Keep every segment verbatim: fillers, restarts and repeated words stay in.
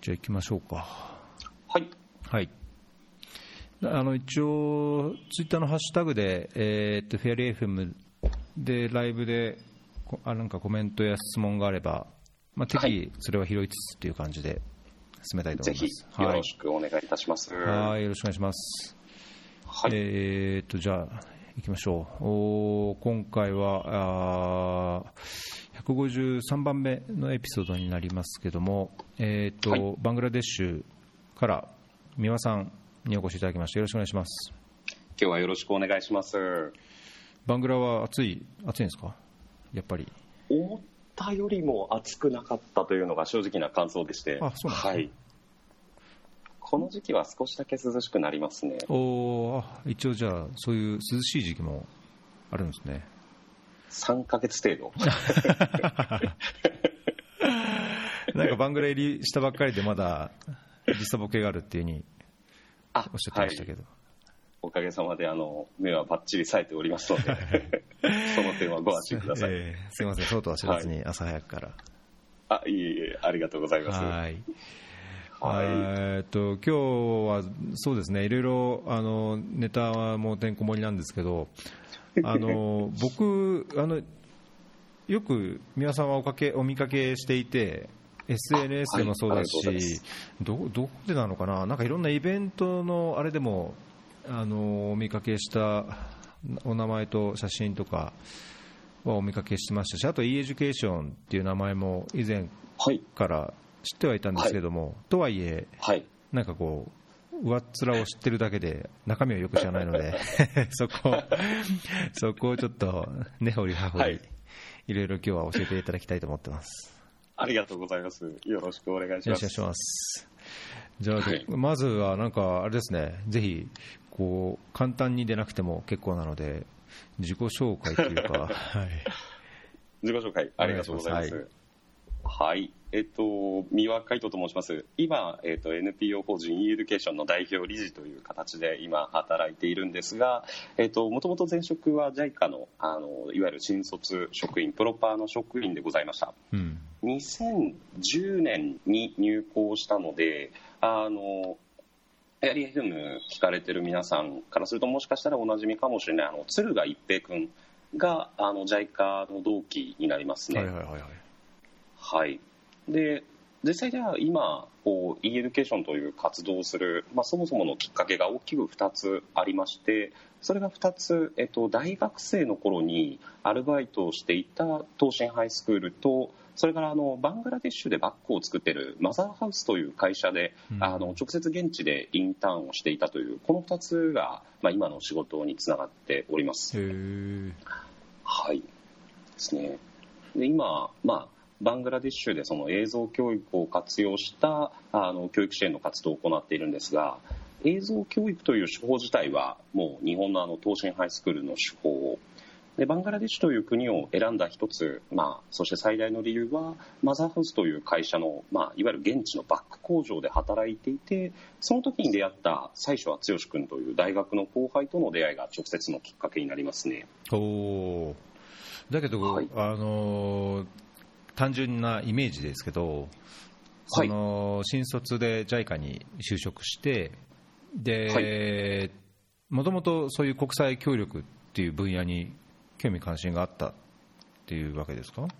じゃあ行きましょうか。 はい、 はい、あの一応ツイッターのハッシュタグで、えー、っとフェアリー エフエム でライブであなんかコメントや質問があれば、まあ、適宜それは拾いつつっていう感じで進めたいと思います。 ぜひよろしくお願いいたします。 はい、よろしくお願いします。 はい、 えー、っとじゃあ行きましょう。お今回はあひゃくごじゅうさんばんめのエピソードになりますけども、えーとはい、バングラデシュから三輪さんにお越しいただきまして、よろしくお願いします。 今日はよろしくお願いします。 バングラは暑い暑いんですか？やっぱり思ったよりも暑くなかったというのが正直な感想でして。 あ、そうなんですか。はい、 この時期は少しだけ涼しくなりますね。 おあ一応じゃあそういう涼しい時期もあるんですね。 さんかげつ程度なんかバングラ入りしたばっかりでまだ時差ボケがあるっていう風におっしゃってましたけど、 はい、おかげさまであの目はバッチリ冴えておりますのでその点はご安心ください。 えー、すいません、そうとは知らずに朝早くから、 はい、あいえいえ、ありがとうございます。 はい、はい、えー、っと今日はそうですね、いろいろあのネタはもうてんこ盛りなんですけど、あの僕あのよく皆さんはおかけお見かけしていて、 エスエヌエス でもそうだし、はい、ど, どこでなのかな、なんかいろんなイベントのあれでもあのお見かけしたお名前と写真とかはお見かけしてましたし、あと e エデュケーションっていう名前も以前から知ってはいたんですけども、はい、とはいえ、はい、なんかこう上っ面を知ってるだけで中身をよく知らないのでそこそこをちょっと根掘り葉掘り、はい、いろいろ今日は教えていただきたいと思ってます。 ありがとうございます。よろしくお願いします。 よろしくお願いします。じゃあ、はい、まずはなんかあれですね、ぜひこう簡単にでなくても結構なので自己紹介というか、はい、 自己紹介ありがとうございます。はいはい、えっと、三輪海斗と申します。今、えっと、エヌピーオー 法人 e エデュケーションの代表理事という形で今働いているんですが、えっと、もともと前職は ジャイカ の、あのいわゆる新卒職員プロパーの職員でございました。うん、にせんじゅうねんに入行したので、あのフェアリー エフエム 聞かれてる皆さんからするともしかしたらおなじみかもしれないあの敦賀一平君があの ジャイカ の同期になりますね。はいはいはいはい。はい、で実際では今こう e エデュケーションという活動をする、まあ、そもそものきっかけが大きくふたつありまして、それがふたつ、えっと、大学生の頃にアルバイトをしていた東進ハイスクールと、それからあのバングラデシュでバッグを作っているマザーハウスという会社で、うん、あの直接現地でインターンをしていたというこのふたつが、まあ、今の仕事につながっております。へー、はいですね。で今、まあバングラデシュでその映像教育を活用したあの教育支援の活動を行っているんですが、映像教育という手法自体はもう日本のあの東進ハイスクールの手法で、バングラデシュという国を選んだ一つ、まあ、そして最大の理由はマザーハウスという会社の、まあ、いわゆる現地のバック工場で働いていて、その時に出会った最初は剛君という大学の後輩との出会いが直接のきっかけになりますね。 おだけど、はい、あのー単純なイメージですけど、その新卒で ジャイカ に就職してで、もともとそういう国際協力っていう分野に興味関心があったっていうわけですか？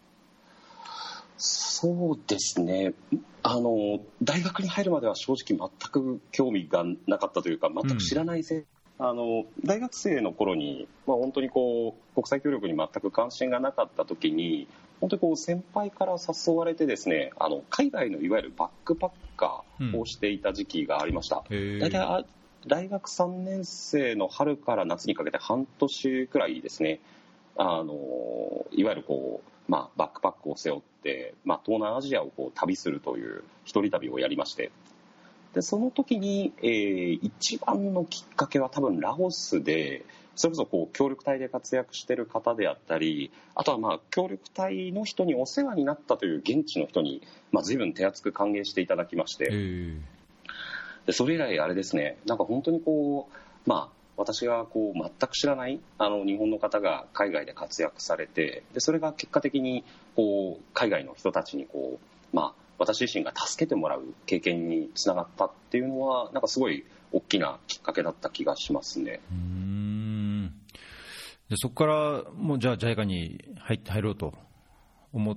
そうですね、あの大学に入るまでは正直全く興味がなかったというか、全く知らないせい、うんあの大学生の頃に、まあ、本当にこう国際協力に全く関心がなかった時に、本当にこう先輩から誘われてですね、あの海外のいわゆるバックパッカーをしていた時期がありました。うん、大体大学さんねん生の春から夏にかけて半年くらいですね、あのいわゆるこう、まあ、バックパックを背負って、まあ、東南アジアをこう旅するという一人旅をやりまして、でその時に、えー、一番のきっかけは多分ラオスで、それこそこう協力隊で活躍している方であったり、あとはまあ協力隊の人にお世話になったという現地の人に、まあ、随分手厚く歓迎していただきまして、でそれ以来あれですね、なんか本当にこう、まあ、私がこう全く知らないあの日本の方が海外で活躍されて、でそれが結果的にこう海外の人たちにこう、まあ私自身が助けてもらう経験につながったっていうのはなんかすごい大きなきっかけだった気がしますね。 うーん、でそこからもうじゃあ ジャイカ に入って入ろうと思って、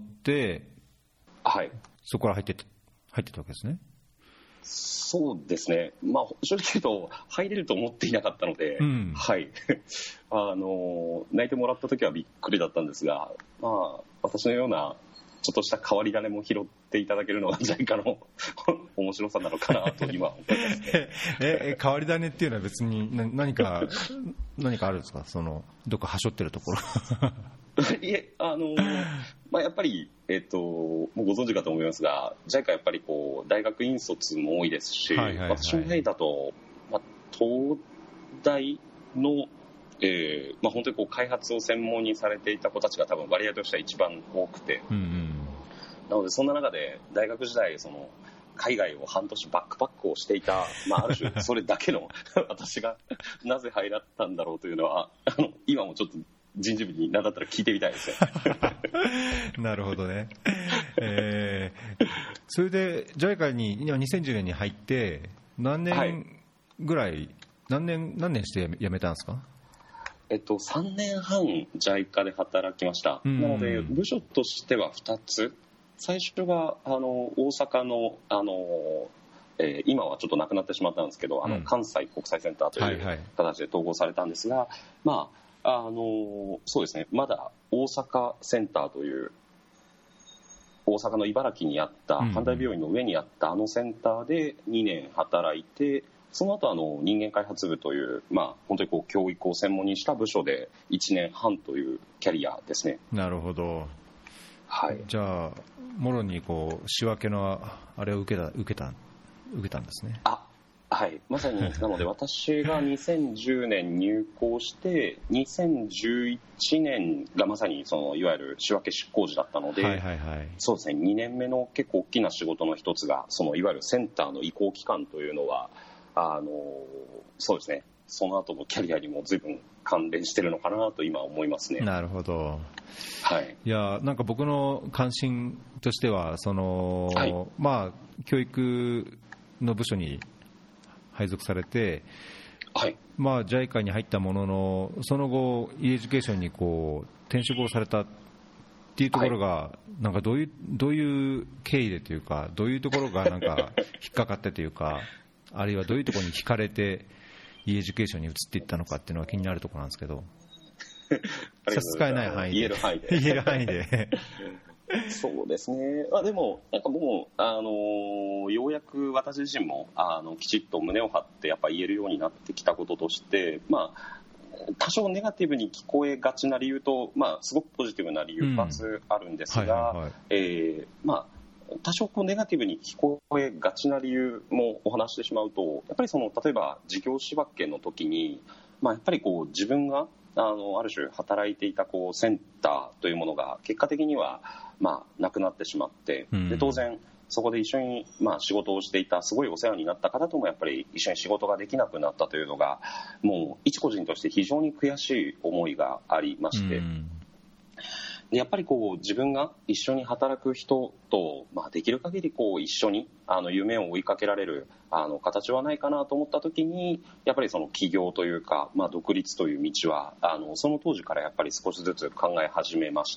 はい、そこから入って入ってたわけですね。 そうですね、まあ、正直言うと入れると思っていなかったので、うん、はいあの泣いてもらった時はびっくりだったんですが、まあ、私のようなちょっとした変わり種も拾っていただけるのが ジャイカ の面白さなのかなと今思いますねえ変わり種っていうのは別に何か何かあるんですか、そのどっかはしょってるところいえ、あのまあ、やっぱり、えっと、もうご存知かと思いますが ジャイカ やっぱりこう大学院卒も多いですし、はいはいはい、私の代だと、まあ、東大の、えーまあ、本当にこう開発を専門にされていた子たちが多分割合としては一番多くて、うんうん、なのでそんな中で大学時代その海外を半年バックパックをしていた、まあ、ある種それだけの私がなぜ入らったんだろうというのはあの今もちょっと人事部に何だったら聞いてみたいですねなるほどね、えー、それで ジャイカ ににせんじゅうねんに入って何年ぐらい、はい、何年何年して辞めたんですか？ えっと、さんねんはん ジャイカ で働きました。なので部署としてはふたつ、最初があの大阪の、あの、えー、今はちょっとなくなってしまったんですけど、あの関西国際センターという形で統合されたんですが、はいはい、まああのそうですね、まだ大阪センターという大阪の茨城にあった阪大病院の上にあったあのセンターでにねん働いて、その後あの人間開発部という、まあ、本当にこう教育を専門にした部署でいちねんはんというキャリアですね。 なるほど、はい、じゃあもろにこう仕分けのあれを受けた受けた受けたんですね。 あ、はい、まさになので私がにせんじゅうねん入校してにせんじゅういちねんがまさにそのいわゆる仕分け執行時だったので、はいはいはい、そうですね、にねんめの結構大きな仕事の一つがそのいわゆるセンターの移行期間というのはあのそうですね、その後のキャリアにも随分関連してるのかなと今思いますね。 なるほど、 はい、 いやなんか僕の関心としてはその、はい、まあ教育の部署に配属されて、はいまあ、ジャイカ に入ったもののその後 e エデュケーションにこう転職をされたっていうところが、はい、なんかどういうどういう経緯でというかどういうところがなんか引っかかってというかあるいはどういうところに惹かれて e エデュケーションに移っていったのかっていうのが気になるところなんですけど差し支えない範囲で言える範囲で言える範囲でそうですね、あでもなんかもうあのようやく私自身もあのきちっと胸を張ってやっぱ言えるようになってきたこととして、まあ、多少ネガティブに聞こえがちな理由と、まあ、すごくポジティブな理由ふたつあるんですが多少こうネガティブに聞こえがちな理由もお話してしまうとやっぱりその例えば事業仕分けの時に、まあ、やっぱりこう自分があのある種働いていたこうセンターというものが結果的にはまあなくなってしまって、で当然そこで一緒にまあ仕事をしていたすごいお世話になった方ともやっぱり一緒に仕事ができなくなったというのがもう一個人として非常に悔しい思いがありまして、でやっぱりこう自分が一緒に働く人と、まあ、できる限りこう一緒にあの夢を追いかけられるあの形はないかなと思った時にやっぱりその起業というか、まあ、独立という道はあのその当時からやっぱり少しずつ考え始めました。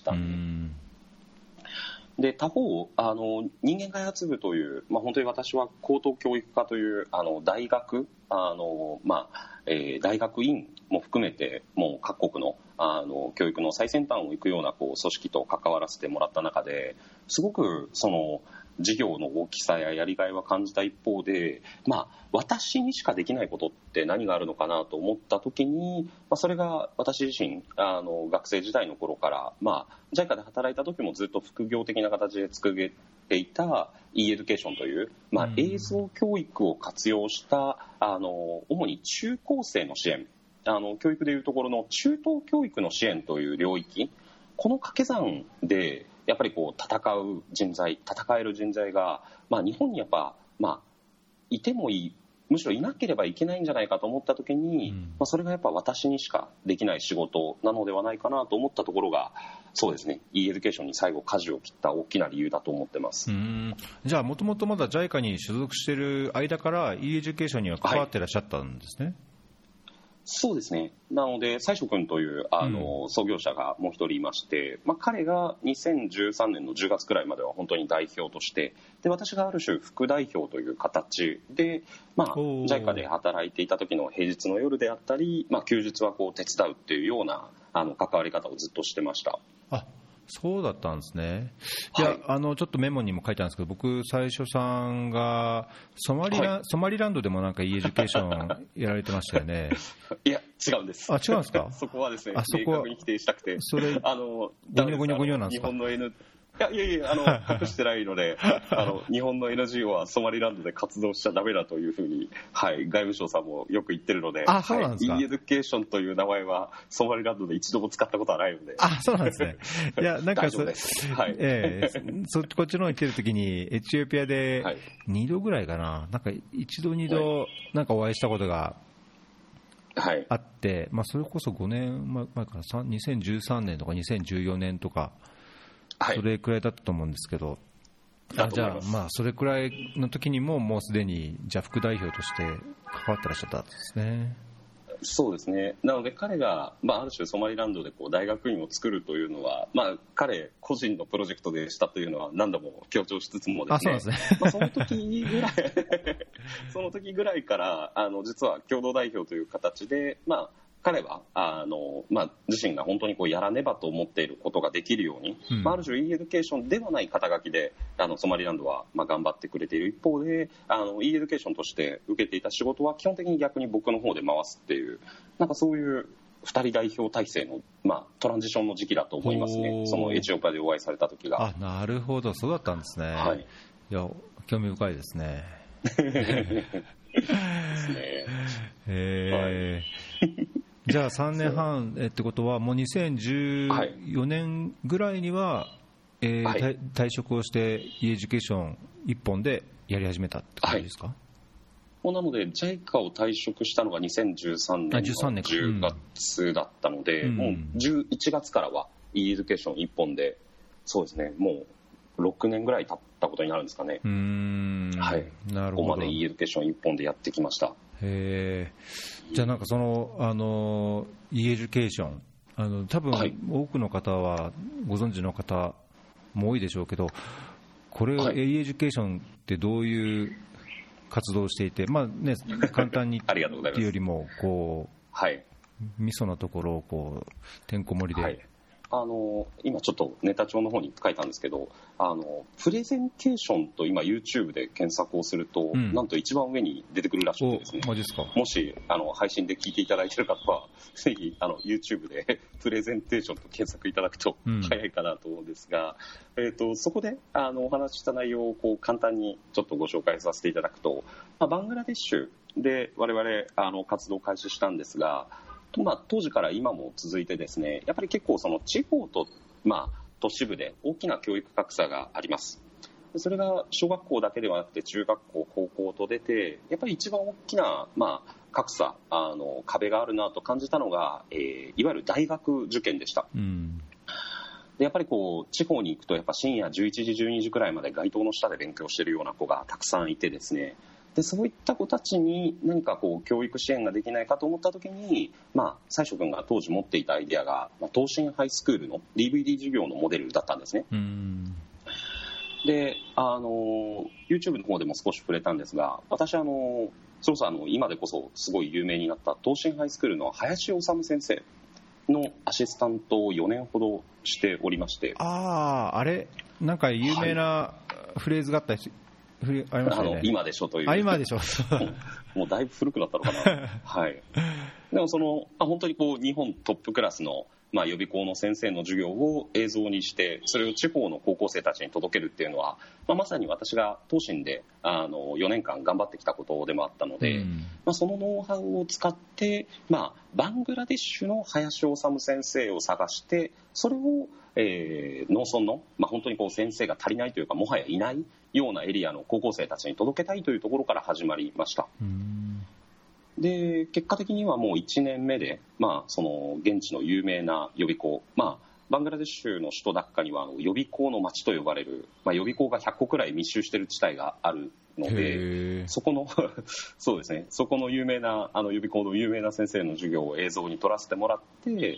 で他方あの人間開発部という、まあ、本当に私は高等教育科というあの大学あの、まあえー、大学院も含めてもう各国のあの教育の最先端を行くようなこう組織と関わらせてもらった中ですごくその事業の大きさややりがいは感じた一方で、まあ、私にしかできないことって何があるのかなと思った時に、まあ、それが私自身あの学生時代の頃から、まあ、ジャイカ で働いた時もずっと副業的な形で作っていた e エデュケーションという、まあ、映像教育を活用したあの主に中高生の支援あの教育でいうところの中等教育の支援という領域この掛け算でやっぱりこう戦う人材戦える人材が、まあ、日本にやっぱ、まあ、いてもいいむしろいなければいけないんじゃないかと思った時に、うんまあ、それがやっぱ私にしかできない仕事なのではないかなと思ったところが、そうですね、 e エデュケーションに最後舵を切った大きな理由だと思ってます。 うん、じゃあもともとまだ ジャイカ に所属している間から e エデュケーションには関わってらっしゃったんですね。はい、 そうですね。なので最初君というあの、うん、創業者がもう一人いまして、まあ、彼がにせんじゅうさんねんのじゅうがつくらいまでは本当に代表として、で私がある種副代表という形で、まあ、ジャイカ で働いていた時の平日の夜であったり、まあ、休日はこう手伝うっていうようなあの関わり方をずっとしてました。 あ、そうだったんですね。いや、はい、あのちょっとメモにも書いてあるんですけど、僕最初さんがソマリラ、はい、ソマリランドでもなんか e エデュケーションやられてましたよね。 いや違うんです。 あ、違うんですか。 そこはですね、明確に否定したくて、 それあのゴニョゴニョゴニョなんですか。 日本の Nいやいやいや、あの隠してないのであの日本の エヌジーオー はソマリランドで活動しちゃダメだというふうに、はい、外務省さんもよく言ってるので、 あ、そうなんですか。 はい、e エデュケーションという名前はソマリランドで一度も使ったことはないので。 あ、そうなんですね。いや、なんかそ、 はいえー、そこっちの方に来てるときにエチオピアでにどぐらいかな、なんか一度二度なんかお会いしたことがあって、はい、まあ、それこそごねんまえからにせんじゅうさんねんとかにせんじゅうよねんとか、それくらいだったと思うんですけど、はい、あじゃあ、まあ、それくらいの時にももうすでにじゃあ副代表として関わってらっしゃったんですね。 そうですね。なので彼が、まあ、ある種ソマリランドでこう大学院を作るというのは、まあ、彼個人のプロジェクトでしたというのは何度も強調しつつもですね、 あ、そうなんですね。 まあ、その時ぐらいその時ぐらいからあの実は共同代表という形で、まあ彼はあの、まあ、自身が本当にこうやらねばと思っていることができるように、うんまあ、ある種 e エデュケーションではない肩書きであのソマリランドはまあ頑張ってくれている一方で、あの e エデュケーションとして受けていた仕事は基本的に逆に僕の方で回すっていう、なんかそういうふたり代表体制の、まあ、トランジションの時期だと思いますね。そのエチオピアでお会いされた時が。 あ、なるほど、そうだったんですね。はい、いや興味深いですね。 ですね。 へー、はいじゃあさんねんはんってことはもうにせんじゅうよねんぐらいには、はいえーはい、退職をして e エデュケーション一本でやり始めたってことですか。はい、 もうなので ジャイカ を退職したのがにせんじゅうさんねんのじゅうがつだったので、うん、もうじゅういちがつからは e エデュケーション一本で、そうですね、もうろくねんぐらい経ったことになるんですかね。 うーん、はい、なるほど。 ここまで e エデュケーション一本でやってきました。 へー、じゃあなんかその、あの e エデュケーション、あの多分多くの方はご存知の方も多いでしょうけど、これを e エデュケーションってどういう活動をしていて、まあね、簡単にっていうよりもこう、はい、ミソなところをこうてんこ盛りで、はい、 あの今ちょっとネタ帳の方に書いたんですけど、あのプレゼンテーションと今 YouTube で検索をすると、うん、なんと一番上に出てくるらしくてですね、 マジですか。 もしあの配信で聞いていただいている方はぜひあの YouTube でプレゼンテーションと検索いただくと早いかなと思うんですが、うんえー、とそこであのお話しした内容をこう簡単にちょっとご紹介させていただくと、まあ、バングラデシュで我々あの活動を開始したんですが、まあ、当時から今も続いてですね、やっぱり結構その地方と、まあ、都市部で大きな教育格差があります。それが小学校だけではなくて中学校、高校と出て、やっぱり一番大きな、まあ、格差、あの壁があるなと感じたのが、えー、いわゆる大学受験でした。うんでやっぱりこう地方に行くとやっぱ深夜じゅういちじじゅうにじくらいまで街灯の下で勉強しているような子がたくさんいてですね、でそういった子たちに何かこう教育支援ができないかと思った時に、まあ、最初君が当時持っていたアイデアが、まあ、東進ハイスクールの ディーブイディー 授業のモデルだったんですね。うんであの YouTube の方でも少し触れたんですが、私あのそれこそあの今でこそすごい有名になった東進ハイスクールの林修先生のアシスタントをよねんほどしておりまして。 ああ、あれなんか有名なフレーズがあったり、はいありましたね、 あの今でしょという。 あ今でしょもうだいぶ古くなったのかな、はい、でもそのあ本当にこう日本トップクラスの、まあ、予備校の先生の授業を映像にしてそれを地方の高校生たちに届けるっていうのは、まあ、まさに私が東進であのよねんかん頑張ってきたことでもあったので、うんまあ、そのノウハウを使って、まあ、バングラデシュの林修先生を探してそれをえー、農村の、まあ、本当にこう先生が足りないというかもはやいないようなエリアの高校生たちに届けたいというところから始まりました。 うんで結果的にはもういちねんめで、まあ、その現地の有名な予備校、まあ、バングラデシュの首都ダッカにはあの予備校の町と呼ばれる、まあ、予備校がひゃっこくらい密集している地帯があるので、そこのそうですね、そこの有名なあの予備校の有名な先生の授業を映像に撮らせてもらって、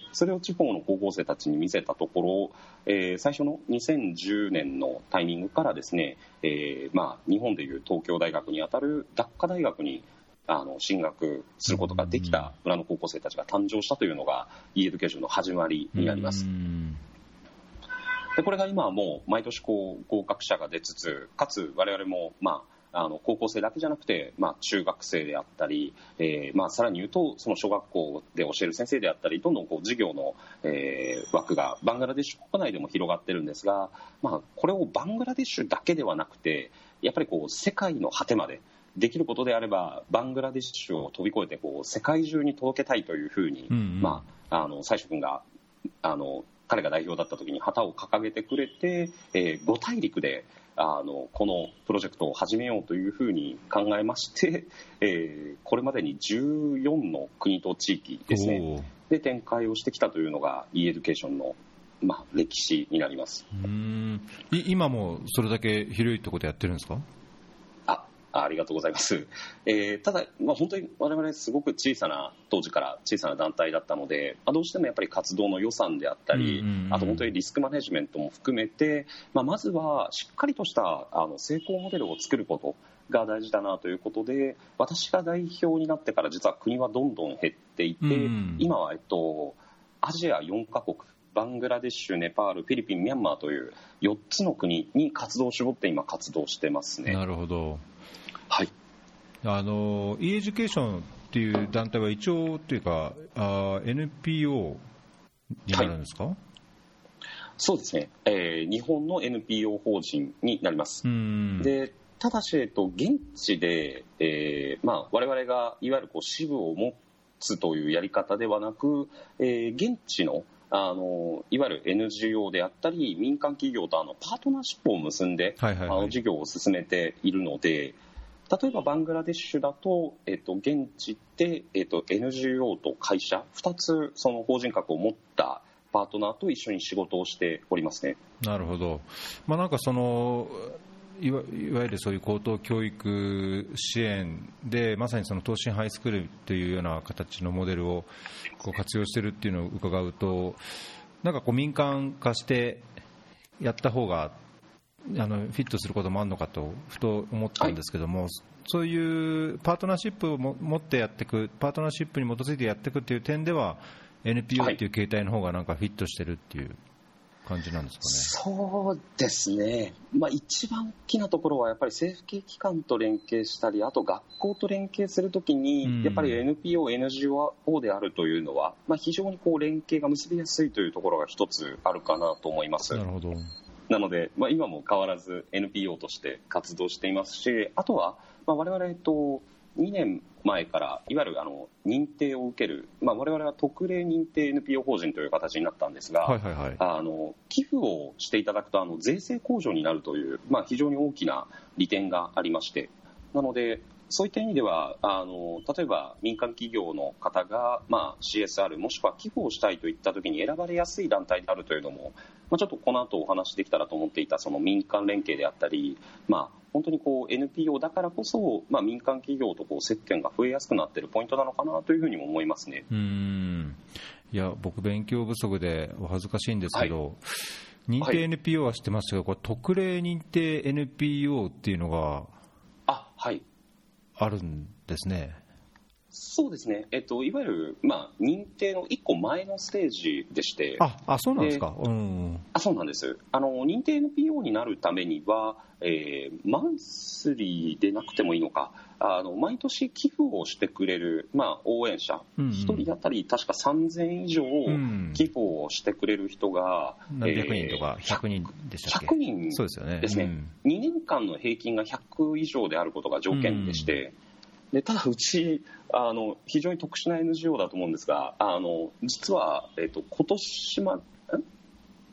それを地方の高校生たちに見せたところ、えー、最初のにせんじゅうねんのタイミングからですね、えーまあ、日本でいう東京大学にあたるダッカ大学にあの進学することができた村の高校生たちが誕生したというのが e エデュケーションの始まりになります。でこれが今はもう毎年こう合格者が出つつ、かつ我々も、まあ、あの高校生だけじゃなくて、まあ、中学生であったり、えーまあ、さらに言うとその小学校で教える先生であったり、どんどんこう授業の、えー、枠がバングラデシュ国内でも広がってるんですが、まあ、これをバングラデシュだけではなくてやっぱりこう世界の果てまでできることであればバングラデシュを飛び越えてこう世界中に届けたいというふうに、うんうん、まあ、あの最初君があの彼が代表だった時に旗を掲げてくれて、えー、ご大陸であのこのプロジェクトを始めようというふうに考えまして、えー、これまでにじゅうよんの国と地域ですねで展開をしてきたというのが e エデュケーションの、まあ、歴史になります。 うーん今もそれだけ広いところでやってるんですか？ ありがとうございます、えー、ただ、まあ、本当に我々すごく小さな当時から小さな団体だったので、まあ、どうしてもやっぱり活動の予算であったり、うんうんうん、あと本当にリスクマネジメントも含めて、まあ、まずはしっかりとしたあの成功モデルを作ることが大事だなということで、私が代表になってから実は国はどんどん減っていて、うんうん、今は、えっと、アジアよんカ国、バングラデシュ、ネパール、フィリピン、ミャンマーというよっつの国に活動を絞って今活動してますね。 なるほど。 はい、 あの e エデュケーションっていう団体は一応というかあ エヌピーオー になるんですか？はい、 そうですね、えー、日本の エヌピーオー 法人になります。うんでただし、えっと、現地で、えーまあ、我々がいわゆるこう支部を持つというやり方ではなく、えー、現地のあのいわゆる エヌジーオー であったり民間企業とあのパートナーシップを結んで、はいはいはい、あの事業を進めているので、例えばバングラデシュだと、えっと、現地で、えっと、エヌジーオー と会社ふたつその法人格を持ったパートナーと一緒に仕事をしておりますね。 なるほど、まあ、なんかそのいわ、いわゆるそういう高等教育支援でまさにその東進ハイスクールというような形のモデルをこう活用しているっていうのを伺うと、なんかこう民間化してやった方があのフィットすることもあるのかとふと思ったんですけども、はい、そういうパートナーシップをも持ってやっていく、パートナーシップに基づいてやっていくという点では エヌピーオー という形態の方がなんかフィットしてるっていう感じなんですかね。 そうですね、まあ、一番大きなところはやっぱり政府系機関と連携したり、あと学校と連携するときにやっぱり エヌピーオー、エヌジーオー であるというのは、まあ、非常にこう連携が結びやすいというところが一つあるかなと思います。 なるほど。 なので、まあ、今も変わらず エヌピーオー として活動していますし、あとは、まあ、我々、えっと、にねんまえからいわゆるあの認定を受ける、まあ、我々は特例認定 エヌピーオー 法人という形になったんですが、はいはいはい、あの寄付をしていただくとあの税制控除になるという、まあ、非常に大きな利点がありまして、なのでそういった意味ではあの例えば民間企業の方が、まあ、シーエスアール もしくは寄付をしたいといったときに選ばれやすい団体であるというのも、まあ、ちょっとこの後お話できたらと思っていたその民間連携であったり、まあ、本当にこう エヌピーオー だからこそ、まあ、民間企業とこう接点が増えやすくなっているポイントなのかなというふうにも思いますね。 うーん、いや僕勉強不足でお恥ずかしいんですけど、はい、認定 エヌピーオー は知ってますけど、これ特例認定 エヌピーオー っていうのがあ、はいあるんですね。 そうですね、えっと、いわゆる、まあ、認定のいっこまえのステージでして。 ああ、そうなんですか。うん、 あ、そうなんです。あの認定 エヌピーオー になるためには、えー、マンスリーでなくてもいいのか、あの毎年寄付をしてくれる、まあ、応援者、うんうん、ひとり当たり確かさんぜんえん以上寄付をしてくれる人が、 うん、何百人とかひゃくにんでしたっけ。 ひゃくにんですね。 そうですよね、 うん、にねんかんの平均がひゃく以上であることが条件でして、うんでただうちあの非常に特殊な エヌジーオー だと思うんですが、あの実は、えっと、今年ま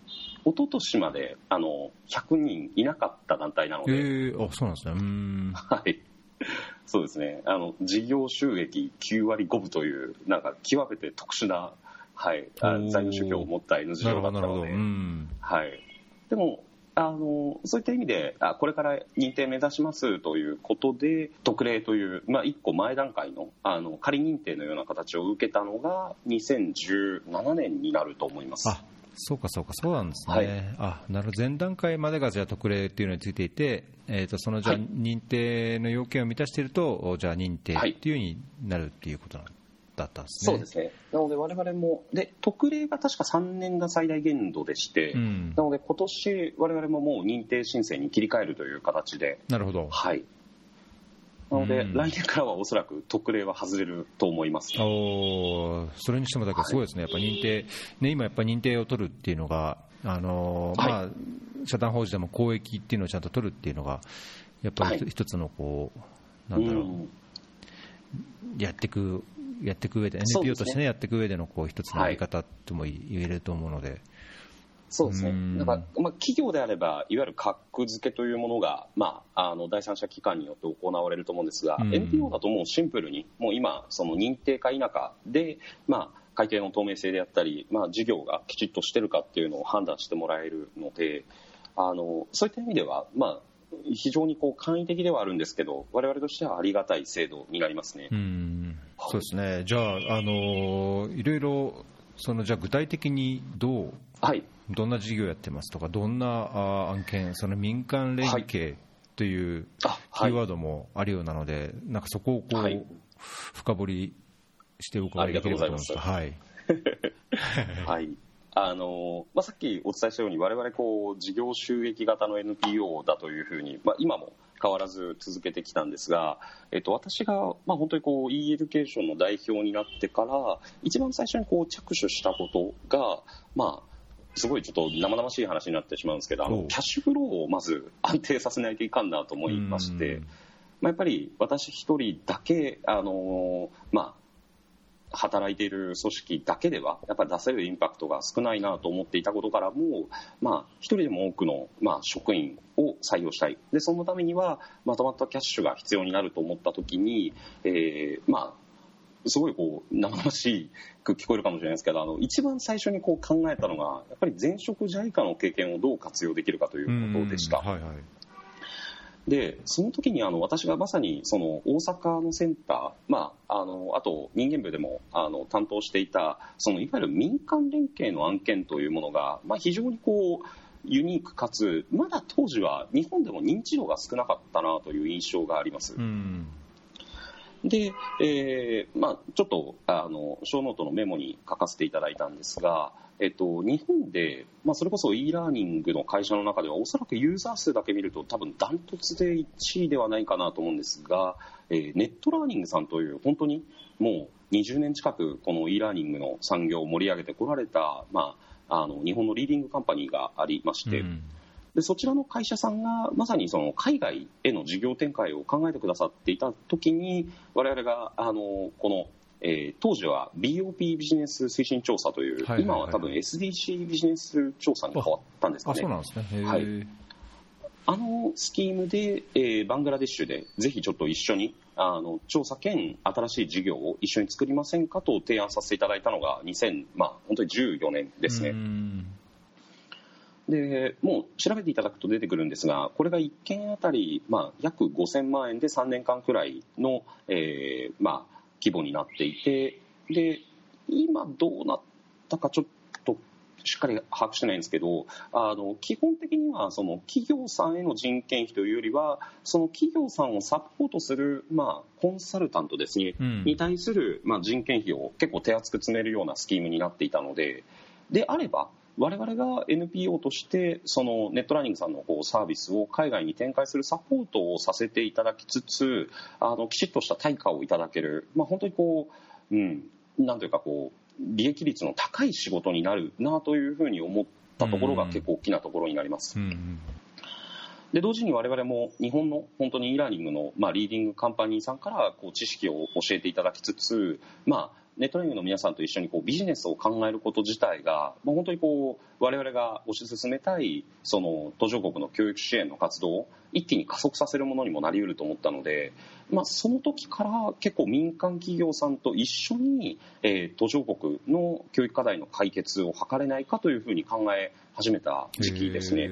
一昨年まであのひゃくにんいなかった団体なので、 えー、あそうなんですね。うーん、 はい、そうですね、あの事業収益きゅうわりごぶというなんか極めて特殊な、はい、あ財務諸表を持った エヌジーオー だったので、はい、でもあのそういった意味であこれから認定目指しますということで特例という、まあ、いっこまえ段階 の, あの仮認定のような形を受けたのがにせんじゅうななねんになると思います。 あそうかそうかそうなんですね、 はい、 あなるほど前段階までがじゃあ特例というのについていて、えー、とそのじゃあ認定の要件を満たしていると、はい、じゃあ認定っていうようになるっていうことなんだったんですね。 そうですね。なので我々もで特例が確かさんねんが最大限度でして、うん、なので今年我々ももう認定申請に切り替えるという形で、 なるほど、 はい、なので、うん、来年からはおそらく特例は外れると思います、ね、 おそれにしてもだけどすごいですね、はい、やっぱ認定、ね、今やっぱ認定を取るっていうのが、あのーまあ、はい、社団法人でも公益っていうのをちゃんと取るっていうのがやっぱり一つのこう、はい、なんだろう、うん、やっていくやっていく上で エヌピーオー として、ね、やっていく上でのこう一つのやり方とも言えると思うので、はい、 そうですね、なんか、まあ、企業であればいわゆる格付けというものが、まあ、あの第三者機関によって行われると思うんですが、エヌピーオー だともうシンプルにもう今その認定か否かで、まあ、会計の透明性であったり、まあ、事業がきちっとしてるかっていうのを判断してもらえるので、あのそういった意味では、まあ、非常にこう簡易的ではあるんですけど我々としてはありがたい制度になりますね。 うん、そうですね。じゃあ、あのいろいろそのじゃあ具体的にどう、はい、どんな事業やってますとかどんなあ案件、その民間連携というキーワードもあるようなので、はい、なんかそこをこう、はい、深掘りしてお伺いできればと思います。はい、 はいあのまあ、さっきお伝えしたように我々こう事業収益型の エヌピーオー だというふうに、まあ、今も変わらず続けてきたんですが、えっと、私が、まあ、本当にこう e エデュケーションの代表になってから一番最初にこう着手したことが、まあ、すごいちょっと生々しい話になってしまうんですけどあのキャッシュフローをまず安定させないといかんなと思いまして、まあ、やっぱり私一人だけあの、まあ働いている組織だけではやっぱり出せるインパクトが少ないなと思っていたことからも、まあ、一人でも多くの、まあ、職員を採用したい。でそのためにはまとまったキャッシュが必要になると思った時に、えー、まあすごいこう生々しく聞こえるかもしれないですけどあの一番最初にこう考えたのがやっぱり前職 ジャイカ の経験をどう活用できるかということでした。はいはいでその時にあの私がまさにその大阪のセンター、まあ、あのあと人間部でもあの担当していたそのいわゆる民間連携の案件というものが、まあ、非常にこうユニークかつまだ当時は日本でも認知度が少なかったなという印象があります。うんで、えーまあ、ちょっとあのショーノートのメモに書かせていただいたんですが、えっと、日本で、まあ、それこそ e ラーニングの会社の中ではおそらくユーザー数だけ見ると多分ダントツでいちいではないかなと思うんですが、えー、ネットラーニングさんという本当にもうにじゅうねん近くこの e ラーニングの産業を盛り上げてこられた、まあ、あの日本のリーディングカンパニーがありまして、うんでそちらの会社さんがまさにその海外への事業展開を考えてくださっていた時に我々があのこの、えー、当時は ビーオーピー ビジネス推進調査という、はいはいはい、今は多分 エスディーシー ビジネス調査に変わったんですかね。 あ、そうなんですね。 はい、あのスキームで、えー、バングラデシュでぜひちょっと一緒にあの調査兼新しい事業を一緒に作りませんかと提案させていただいたのがにせん、まあ、本当にじゅうよねんですね。うんでもう調べていただくと出てくるんですがこれがいっけんあたり、まあ、約ごせんまんえんでさんねんかんくらいの、えーまあ、規模になっていてで今どうなったかちょっとしっかり把握してないんですけどあの基本的にはその企業さんへの人件費というよりはその企業さんをサポートする、まあ、コンサルタントですね、うん、に対する、まあ、人件費を結構手厚く積めるようなスキームになっていたのでであれば我々が エヌピーオー としてそのネットラーニングさんのこうサービスを海外に展開するサポートをさせていただきつつあのきちっとした対価をいただける、まあ、本当にこう、うん、なんというかこう利益率の高い仕事になるなというふうに思ったところが結構大きなところになります。うんうんで同時に我々も日本の本当に e ラーニングの、まあ、リーディングカンパニーさんからこう知識を教えていただきつつ、まあネットリングの皆さんと一緒にこうビジネスを考えること自体が、まあ、本当にこう我々が推し進めたいその途上国の教育支援の活動を一気に加速させるものにもなり得ると思ったので、まあ、その時から結構民間企業さんと一緒に、えー、途上国の教育課題の解決を図れないかというふうに考え始めた時期ですね。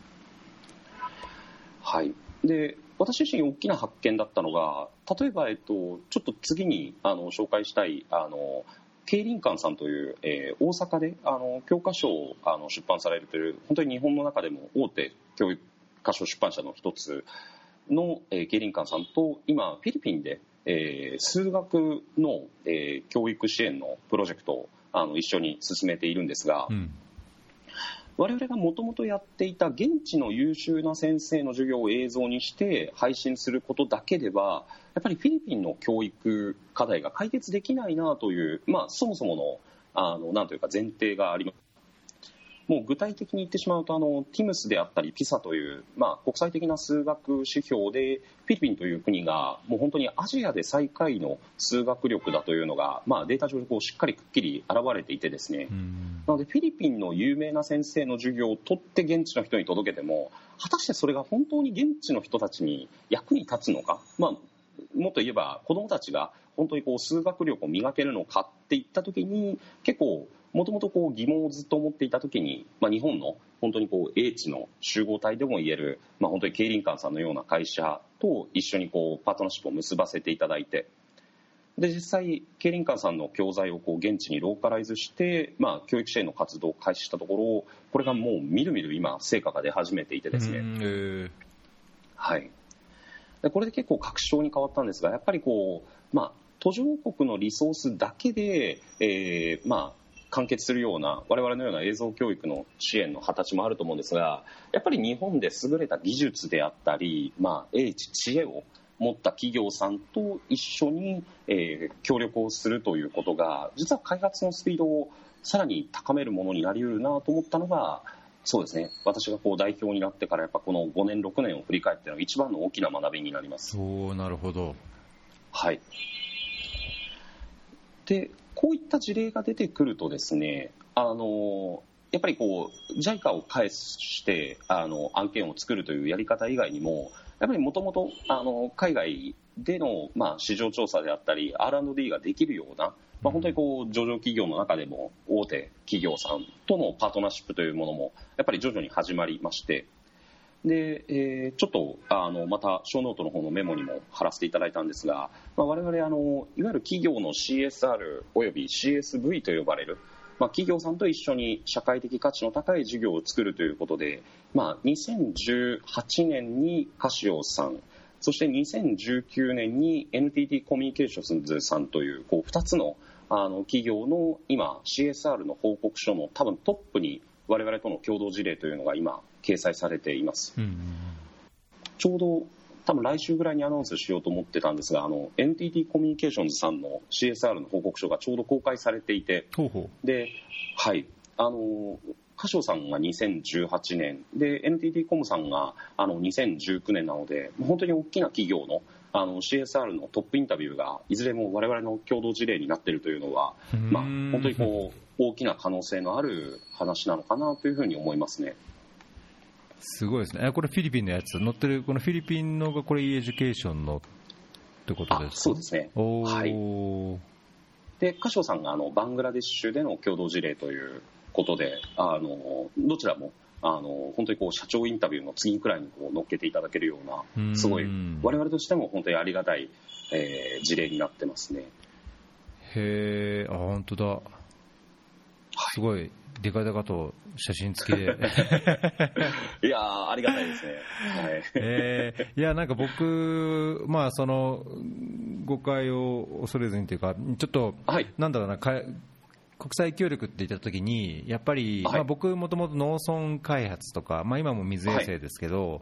はい、で私自身大きな発見だったのが、例えば、えっと、ちょっと次にあの紹介したいあのケイリンカンさんという、えー、大阪であの教科書をあの出版されるという本当に日本の中でも大手教育科書出版社の一つの、えー、ケイリンカンさんと今フィリピンで、えー、数学の、えー、教育支援のプロジェクトをあの一緒に進めているんですが、うん、我々がもともとやっていた現地の優秀な先生の授業を映像にして配信することだけではやっぱりフィリピンの教育課題が解決できないなという、まあ、そもそもの、あのなんというか前提があります。もう具体的に言ってしまうとあの ティムス であったり ピサ という、まあ、国際的な数学指標でフィリピンという国がもう本当にアジアで最下位の数学力だというのが、まあ、データ上でこうしっかりくっきり現れていてですね、なのでフィリピンの有名な先生の授業を取って現地の人に届けても果たしてそれが本当に現地の人たちに役に立つのか、まあ、もっと言えば子どもたちが本当にこう数学力を磨けるのかっていった時に結構もともと疑問をずっと持っていたときに、まあ、日本の本当にこう英知の集合体でも言える、まあ、本当にケイリンカンさんのような会社と一緒にこうパートナーシップを結ばせていただいて、で実際ケイリンカンさんの教材をこう現地にローカライズして、まあ、教育支援の活動を開始したところこれがもうみるみる今成果が出始めていてですね、はい、でこれで結構確証に変わったんですが、やっぱりこう、まあ、途上国のリソースだけで、えーまあ完結するような我々のような映像教育の支援の形もあると思うんですが、やっぱり日本で優れた技術であったり、まあ、英知知恵を持った企業さんと一緒に、えー、協力をするということが実は開発のスピードをさらに高めるものになりうるなと思ったのが、そうですね、私がこう代表になってからやっぱこのごねんろくねんを振り返っての一番の大きな学びになります。 おー、なるほど。 はい。でこういった事例が出てくるとですね、あのやっぱりこう ジャイカ を介してあの案件を作るというやり方以外にもやっぱりもともと海外での、まあ、市場調査であったり アールアンドディー ができるような、まあ、本当にこう上場企業の中でも大手企業さんとのパートナーシップというものもやっぱり徐々に始まりまして、で、えー、ちょっとあのまたショーノートの方のメモにも貼らせていただいたんですが、まあ、我々あのいわゆる企業の シーエスアール および シーエスブイ と呼ばれる、まあ、企業さんと一緒に社会的価値の高い事業を作るということで、まあ、にせんじゅうはちねんにカシオさん、そしてにせんじゅうきゅうねんに エヌティーティー コミュニケーションズさんというこうふたつのあの企業の今 シーエスアール の報告書の多分トップに我々との共同事例というのが今掲載されています、うんうんうん、ちょうど多分来週ぐらいにアナウンスしようと思ってたんですが、あの エヌティーティー コミュニケーションズさんの シーエスアール の報告書がちょうど公開されていて、 ほうほう、 で、はい、あのカシオさんがにせんじゅうはちねんで エヌティーティー コムさんがあのにせんじゅうきゅうねんなので本当に大きな企業のあの シーエスアール のトップインタビューがいずれも我々の共同事例になっているというのは、まあ、本当にこう大きな可能性のある話なのかなというふうに思いますね。 すごいですね。これフィリピンのやつ載ってる、このフィリピンのがこれ e エデュケーションのってことですか？ そうですね。 おー、 はい、でカシオさんがあのバングラデシュでの共同事例ということで、あのどちらもあの本当にこう社長インタビューの次くらいにこう乗っけていただけるような、すごい我々としても本当にありがたい、えー、事例になってますね。 へー、あ、本当だ、すごいデカデカと写真付きでいやー、ありがたいですね、はいえー、いやなんか僕、まあ、その誤解を恐れずにというか、ちょっと、はい、なんだろうな、か国際協力って言ったときにやっぱり、はい、まあ、僕もともと農村開発とか、まあ、今も水衛生ですけど、はい、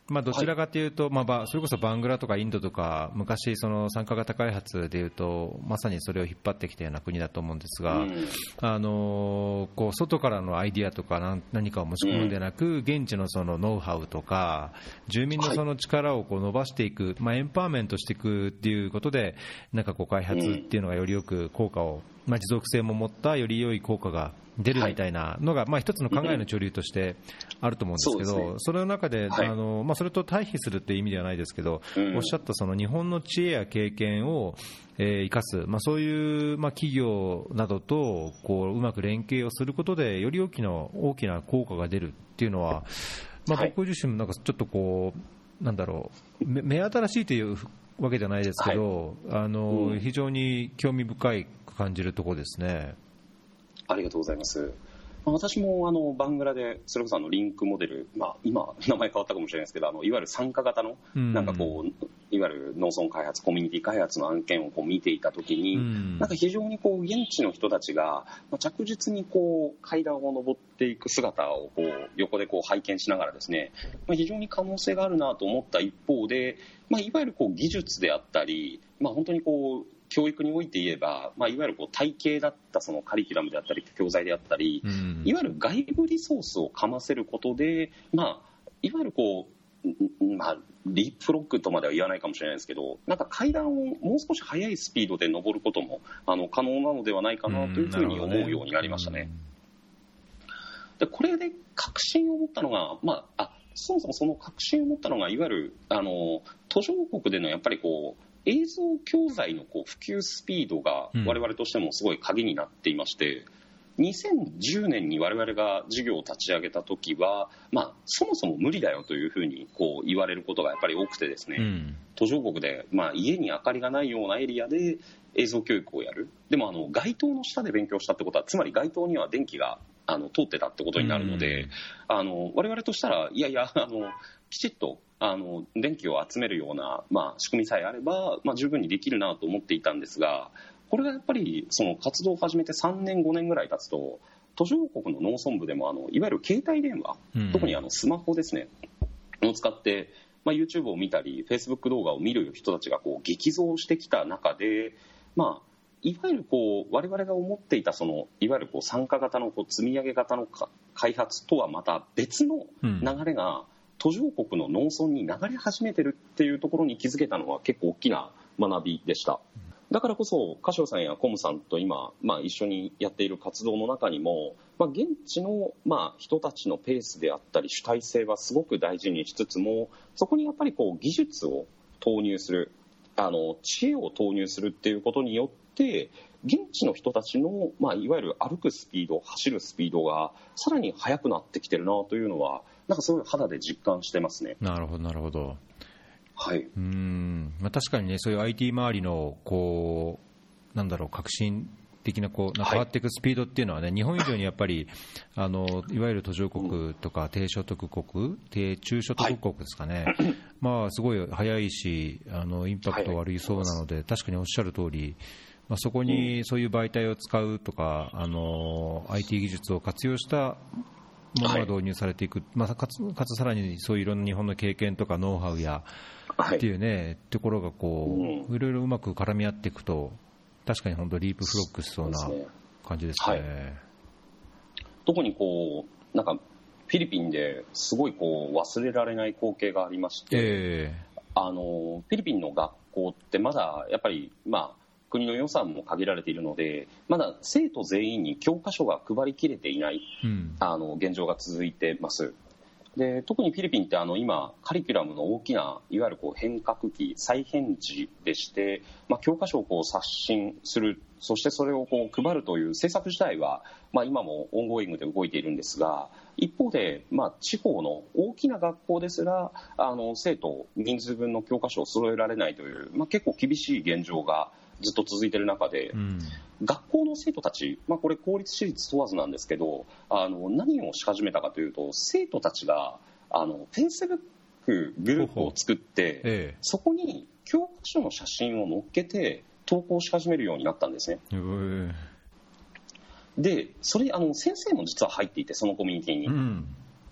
まあ、どちらかというと、はい、まあ、それこそバングラとかインドとか昔その参加型開発でいうとまさにそれを引っ張ってきたような国だと思うんですが、うん、あのこう外からのアイディアとか何かを持ち込むんでなく、うん、現地のそのノウハウとか住民のその力をこう伸ばしていく、はい、まあ、エンパワーメントしていくっていうことでなんかこう開発っていうのがよりよく効果を、まあ、持続性も持ったより良い効果が出るみたいなのが、はい、まあ、一つの考えの潮流としてあると思うんですけど、うん、それの中で、はい、あのまあ、それと対比するという意味ではないですけど、うん、おっしゃったその日本の知恵や経験を、えー、生かす、まあ、そういう、まあ、企業などとこううまく連携をすることでより大きな大きな効果が出るっていうのは、まあ、僕自身もなんかちょっとこうなんだろう目新しいというわけじゃないですけど、はい、あのうん、非常に興味深い感じるところですね。 ありがとうございます。私もあのバングラでそれこそあのリンクモデル、まあ、今名前変わったかもしれないですけど、あのいわゆる参加型のなんかこういわゆる農村開発コミュニティ開発の案件をこう見ていたときに、なんか非常にこう現地の人たちが着実にこう階段を上っていく姿をこう横でこう拝見しながらですね、まあ、非常に可能性があるなと思った一方で、まあ、いわゆるこう技術であったり、まあ、本当にこう教育において言えば、まあ、いわゆるこう体系だったそのカリキュラムであったり教材であったり、うん、いわゆる外部リソースをかませることで、まあ、いわゆるこう、まあ、リープフロッグとまでは言わないかもしれないですけど、なんか階段をもう少し速いスピードで登ることもあの可能なのではないかなというふうに思うようになりましたね。でこれで確信を持ったのが、まあ、あそもそもその確信を持ったのがいわゆるあの途上国でのやっぱりこう映像教材のこう普及スピードが我々としてもすごい鍵になっていまして、うん、にせんじゅうねんに我々が事業を立ち上げた時は、まあ、そもそも無理だよというふうにこう言われることがやっぱり多くてですね、うん、途上国で、まあ、家に明かりがないようなエリアで映像教育をやる。でもあの街灯の下で勉強したってことはつまり街灯には電気があの通ってたってことになるので、うん、あの我々としたらいやいやあのきちっとあの電気を集めるような、まあ、仕組みさえあれば、まあ、十分にできるなと思っていたんですが、これがやっぱりその活動を始めてさんねんごねんぐらい経つと途上国の農村部でもあのいわゆる携帯電話、うん、特にあのスマホですねを使って、まあ、YouTube を見たり Facebook 動画を見る人たちがこう激増してきた中で、まあ、いわゆるこう我々が思っていたそのいわゆるこう参加型のこう積み上げ型の開発とはまた別の流れが、うん途上国の農村に流れ始めてるっていうところに気づけたのは結構大きな学びでした。だからこそカシオさんやコムさんと今、まあ、一緒にやっている活動の中にも、まあ、現地の、まあ、人たちのペースであったり主体性はすごく大事にしつつもそこにやっぱりこう技術を投入するあの知恵を投入するっていうことによって現地の人たちの、まあ、いわゆる歩くスピード走るスピードがさらに速くなってきてるなというのはなんかすごい肌で実感してますね。 なるほどなるほど。 はい。 うーん、まあ、確かにねそういう アイティー 周りのこうなんだろう革新的なこう変わっていくスピードっていうのはね、はい、日本以上にやっぱりあのいわゆる途上国とか低所得国低中所得国ですかね、はい、まあすごい速いしあのインパクト悪いそうなので、はい、確かにおっしゃる通り、まあ、そこにそういう媒体を使うとかあの アイティー 技術を活用したものが導入されていく、はいまあ、かつ、かつさらにそういういろんな日本の経験とかノウハウやっていうね、はい、ところがこういろいろうまく絡み合っていくと確かに本当リープフロックしそうな感じですね。はい、 特にこうなんかフィリピンですごいこう忘れられない光景がありまして、えー、あのフィリピンの学校ってまだやっぱりまあ国の予算も限られているのでまだ生徒全員に教科書が配りきれていない、うん、あの現状が続いてます。で特にフィリピンってあの今カリキュラムの大きないわゆるこう変革期再編時でして、まあ、教科書をこう刷新するそしてそれをこう配るという政策自体は、まあ、今もオンゴーイングで動いているんですが一方で、まあ、地方の大きな学校ですらあの生徒人数分の教科書を揃えられないという、まあ、結構厳しい現状がずっと続いている中で、うん、学校の生徒たち、まあ、これ公立私立問わずなんですけどあの何をし始めたかというと生徒たちがあの Facebook グループを作って、ええ、そこに教科書の写真を載っけて投稿し始めるようになったんですね。えー、でそれあの先生も実は入っていてそのコミュニティに、うん、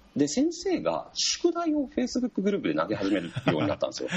で先生が宿題を Facebook グループで投げ始めるようになったんですよ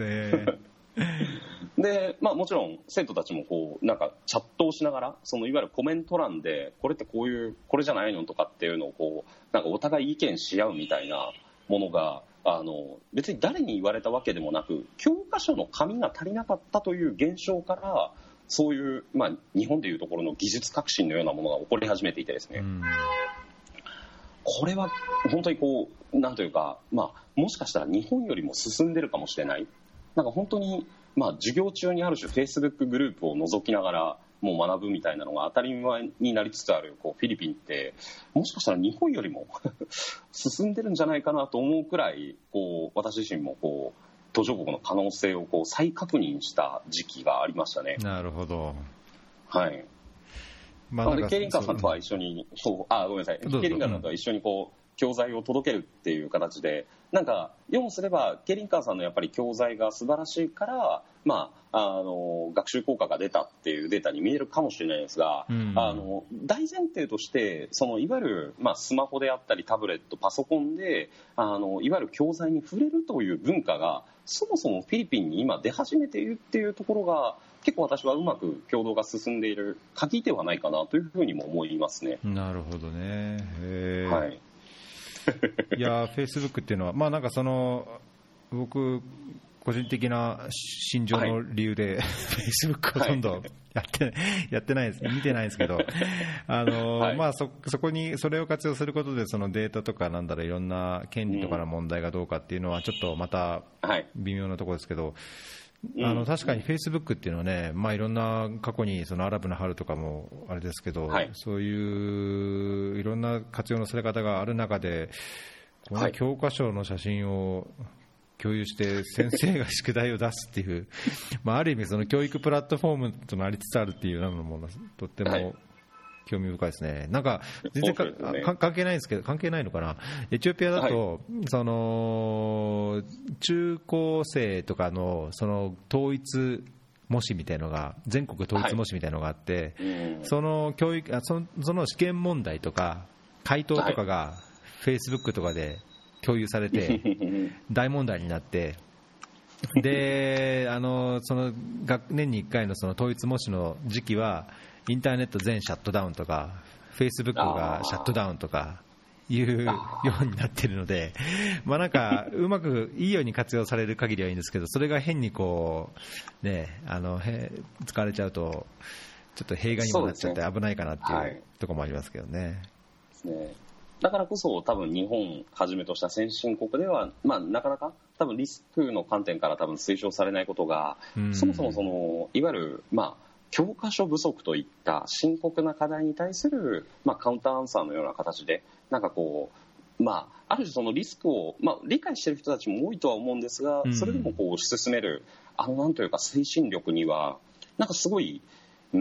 で、まあ、もちろん生徒たちもこうなんかチャットをしながらそのいわゆるコメント欄でこれってこういうこれじゃないのとかっていうのをこうなんかお互い意見し合うみたいなものがあの別に誰に言われたわけでもなく教科書の紙が足りなかったという現象からそういう、まあ、日本でいうところの技術革新のようなものが起こり始めていてですね、うん、これは本当にこうなんというか、まあ、もしかしたら日本よりも進んでるかもしれないなんか本当に、まあ、授業中にある種 Facebook グループを覗きながらもう学ぶみたいなのが当たり前になりつつあるこうフィリピンってもしかしたら日本よりも進んでるんじゃないかなと思うくらいこう私自身もこう途上国の可能性をこう再確認した時期がありましたね。 なるほど。 はい。まあ、なのでケイリンカーさんとは一緒にこうあごめんなさいケイリンカーさんとは一緒にこう教材を届けるっていう形でなんか要もすればケイリンカーさんのやっぱり教材が素晴らしいから、まあ、あの学習効果が出たっていうデータに見えるかもしれないですが、うん、あの大前提としてそのいわゆる、まあ、スマホであったりタブレットパソコンであのいわゆる教材に触れるという文化がそもそもフィリピンに今出始めているっていうところが結構私はうまく共同が進んでいる鍵ではないかなというふうにも思いますね。 なるほどね。へー、 はいいやフェイスブックっていうのは、まあ、なんかその僕個人的な心情の理由で、はい、フェイスブックほとんどやって、はい、やってないです見てないですけどあの、はいまあ、そ, そこにそれを活用することでそのデータとかなんだろういろんな権利とかの問題がどうかっていうのはちょっとまた微妙なところですけど、はい、あの確かにフェイスブックっていうのはね、まあ、いろんな過去にそのアラブの春とかもあれですけど、はい、そういういろんな活用のされ方がある中でこの教科書の写真を共有して先生が宿題を出すっていうまあある意味その教育プラットフォームとなりつつあるっていうのもとっても興味深いですね。なんか全然か、ね、関係ないですけど関係ないのかな。エチオピアだと、はい、その中高生とかのその統一模試みたいなのが全国統一模試みたいなのがあって、はい、その教育あそのその試験問題とか回答とかがフェイスブックとかで共有されて大問題になってであのその年にいっかいのその統一模試の時期はインターネット全シャットダウンとかフェイスブックがシャットダウンとかいうようになっているので、まあなんかうまくいいように活用される限りはいいんですけどそれが変にこうねあの使われちゃうとちょっと弊害にもなっちゃって危ないかなっていうところもありますけどね。 そうですね。だからこそ多分日本はじめとした先進国では、まあ、なかなか多分リスクの観点から多分推奨されないことが、そもそもそのいわゆる、まあ、教科書不足といった深刻な課題に対する、まあ、カウンターアンサーのような形でなんかこう、まあ、ある種そのリスクを、まあ、理解している人たちも多いとは思うんですがそれでもこう推し進めるあのなんというか推進力にはなんかすごい、うん、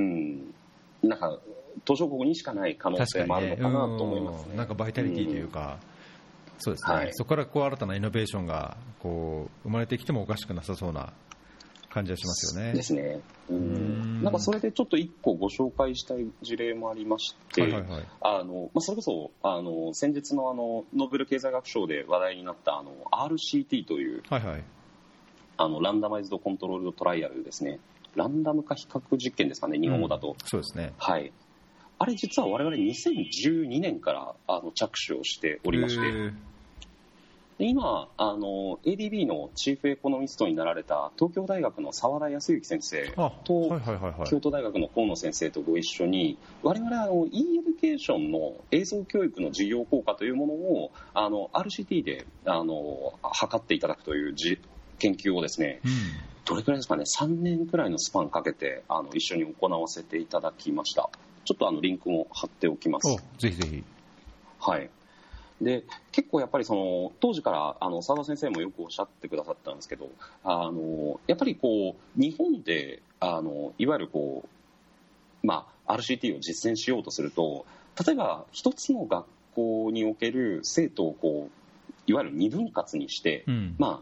なんか途上国にしかない可能性もあるのかなと思います、ね、 なんかバイタリティというか、うん、そうですね、はい、そこからこう新たなイノベーションがこう生まれてきてもおかしくなさそうな感じはしますよね。 ですね。うん、なんかそれでちょっと一個ご紹介したい事例もありまして、はいはいはい、あのまあ、それこそあの先日のあのノーベル経済学賞で話題になったあの アールシーティー という、はいはい、あのランダマイズドコントロールドトライアルですね。ランダム化比較実験ですかね、日本語だと、うん、 そうですね、 はい、あれ実は我々にせんじゅうにねんからあの着手をしておりまして、で今あの エーディービー のチーフエコノミストになられた東京大学の澤田康之先生と、はいはいはいはい、京都大学の河野先生とご一緒に我々あの e エデュケーションの映像教育の事業効果というものをあの アールシーティー であの測っていただくというじ研究をですね、うん、どれくらいですかね、さんねんくらいのスパンかけてあの一緒に行わせていただきました。ちょっとあのリンクも貼っておきます。 ぜひぜひ。 はい。で結構やっぱりその当時からあの澤田先生もよくおっしゃってくださったんですけど、あのやっぱりこう日本であのいわゆるこう、まあ、アールシーティー を実践しようとすると、例えば一つの学校における生徒をこういわゆる二分割にして、うん、まあ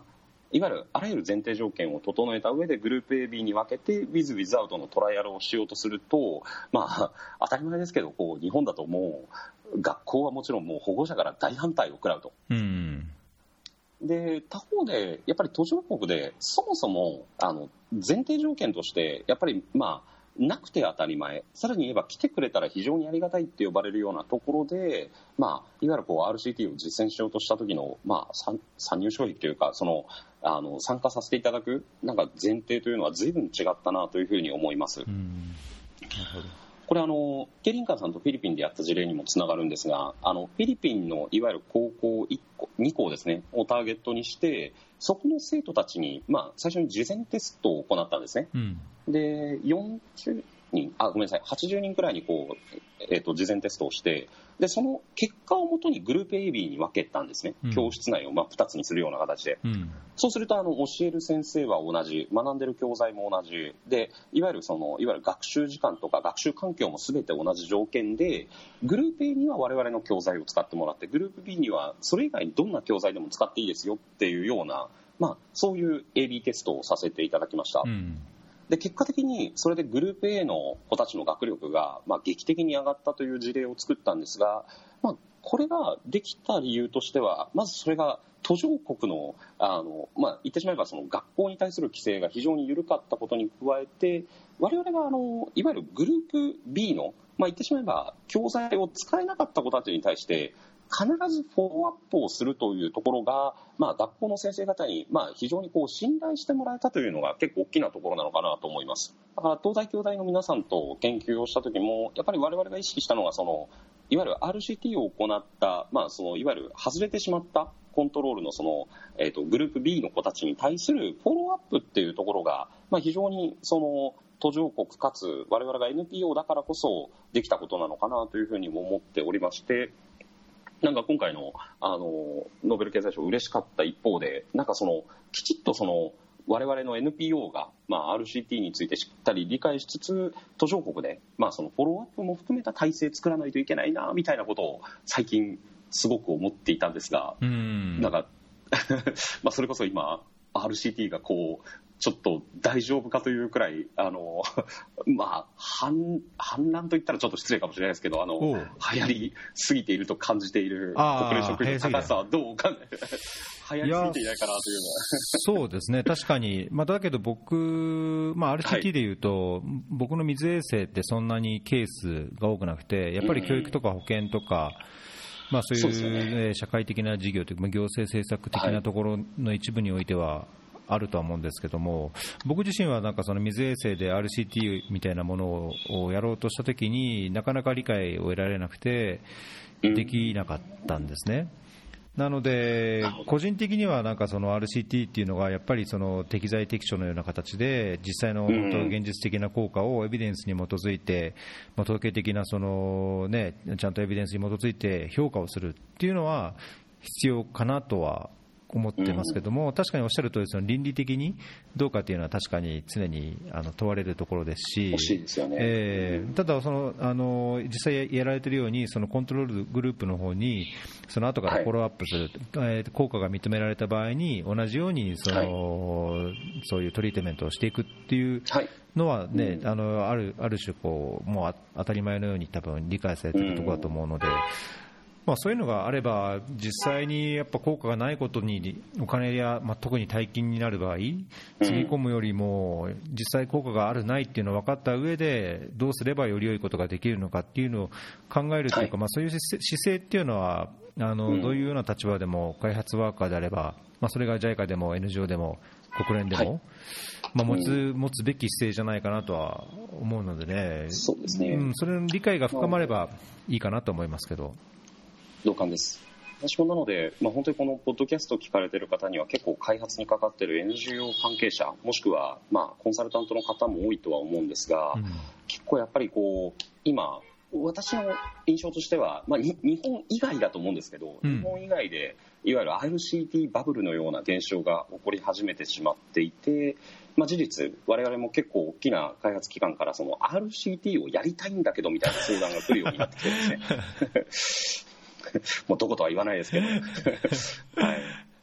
いわゆるあらゆる前提条件を整えた上でグループ エービー に分けて With Without のトライアルをしようとすると、まあ、当たり前ですけどこう日本だともう学校はもちろんもう保護者から大反対を食らうと。 うんで他方でやっぱり途上国でそもそもあの前提条件としてやっぱりまあなくて当たり前、さらに言えば来てくれたら非常にありがたいって呼ばれるようなところで、まあ、いわゆるこう アールシーティー を実践しようとした時の、まあ、参入障壁というかそのあの参加させていただくなんか前提というのは随分違ったなというふうに思います。 うん、なるほど。 これあのケリンカーさんとフィリピンでやった事例にもつながるんですが、あのフィリピンのいわゆる高校いっこに校ですねをターゲットにしてそこの生徒たちに、まあ、最初に事前テストを行ったんですね。 うんでよんじゅうにんあごめんなさいはちじゅうにんくらいにこう、えー、と事前テストをしてでその結果をもとにグループ エービー に分けたんですね、うん、教室内をまあふたつにするような形で、うん、そうするとあの教える先生は同じ学んでる教材も同じでいわゆるそのいわゆる学習時間とか学習環境も全て同じ条件でグループ A には我々の教材を使ってもらってグループ B にはそれ以外にどんな教材でも使っていいですよっていうような、まあ、そういう エービー テストをさせていただきました。うんで結果的にそれでグループ A の子たちの学力がまあ劇的に上がったという事例を作ったんですが、まあ、これができた理由としてはまずそれが途上国の、あの、まあ、言ってしまえばその学校に対する規制が非常に緩かったことに加えて我々があのいわゆるグループ B の、まあ、言ってしまえば教材を使えなかった子たちに対して必ずフォローアップをするというところが、まあ、学校の先生方に、まあ、非常にこう信頼してもらえたというのが結構大きなところなのかなと思います。だから東大京大の皆さんと研究をした時もやっぱり我々が意識したのはそのいわゆる アールシーティー を行った、まあ、そのいわゆる外れてしまったコントロールのその、えーと、グループ B の子たちに対するフォローアップっていうところが、まあ、非常にその途上国かつ我々が エヌピーオー だからこそできたことなのかなというふうにも思っておりましてなんか今回の、あのノーベル経済賞嬉しかった一方でなんかそのきちっとその我々の エヌピーオー が、まあ、アールシーティー についてしっかり理解しつつ途上国で、まあ、そのフォローアップも含めた体制作らないといけないなみたいなことを最近すごく思っていたんですがうんなんかまあそれこそ今 アールシーティー がこうちょっと大丈夫かというくらいあのまあ反反乱といったらちょっと失礼かもしれないですけどあの流行りすぎていると感じている国連職員の高さはどうか流行りすぎていないかなというのはそうですね確かに、まあ、だけど僕、まあ、アールシーティー でいうと、はい、僕の水衛生ってそんなにケースが多くなくてやっぱり教育とか保健とか、うんまあ、そういう、ね、社会的な事業というか行政政策的なところの一部においてはあるとは思うんですけども僕自身はなんかその水衛生で アールシーティー みたいなものをやろうとしたときになかなか理解を得られなくてできなかったんですね。なので個人的にはなんかその アールシーティー っていうのがやっぱりその適材適所のような形で実際の本当現実的な効果をエビデンスに基づいてまあ統計的なそのねちゃんとエビデンスに基づいて評価をするっていうのは必要かなとは思ってますけども、確かにおっしゃる通りその倫理的にどうかというのは確かに常にあの問われるところですし、 欲しいですよね。 えー、ただそのあの実際やられているようにそのコントロールグループの方にその後からフォローアップする、はい、えー、効果が認められた場合に同じようにその、はい、そういうトリートメントをしていくっていうのはね、はい、うん、あのあるある種こうもう当たり前のように多分理解されているところだと思うので。うん、まあ、そういうのがあれば実際にやっぱ効果がないことにお金や、まあ、特に大金になる場合つぎ込むよりも実際効果があるないっていうのを分かった上でどうすればより良いことができるのかっていうのを考えるというか、まあ、そういう姿勢っていうのはあのどういうような立場でも開発ワーカーであれば、まあ、それが ジャイカ でも エヌジーオー でも国連でも、まあ、持つ持つべき姿勢じゃないかなとは思うのでね、 そうですね、 うん、それの理解が深まればいいかなと思いますけど。 同感です。私もなので、まあ、本当にこのポッドキャストを聞かれている方には結構開発にかかっている エヌジーオー 関係者もしくはまあコンサルタントの方も多いとは思うんですが、うん、結構やっぱりこう今私の印象としては、まあ、日本以外だと思うんですけど、うん、日本以外でいわゆる アールシーティー バブルのような現象が起こり始めてしまっていて、まあ、事実我々も結構大きな開発機関からその アールシーティー をやりたいんだけどみたいな相談が来るようになってきてですねもうどことは言わないですけど、はい、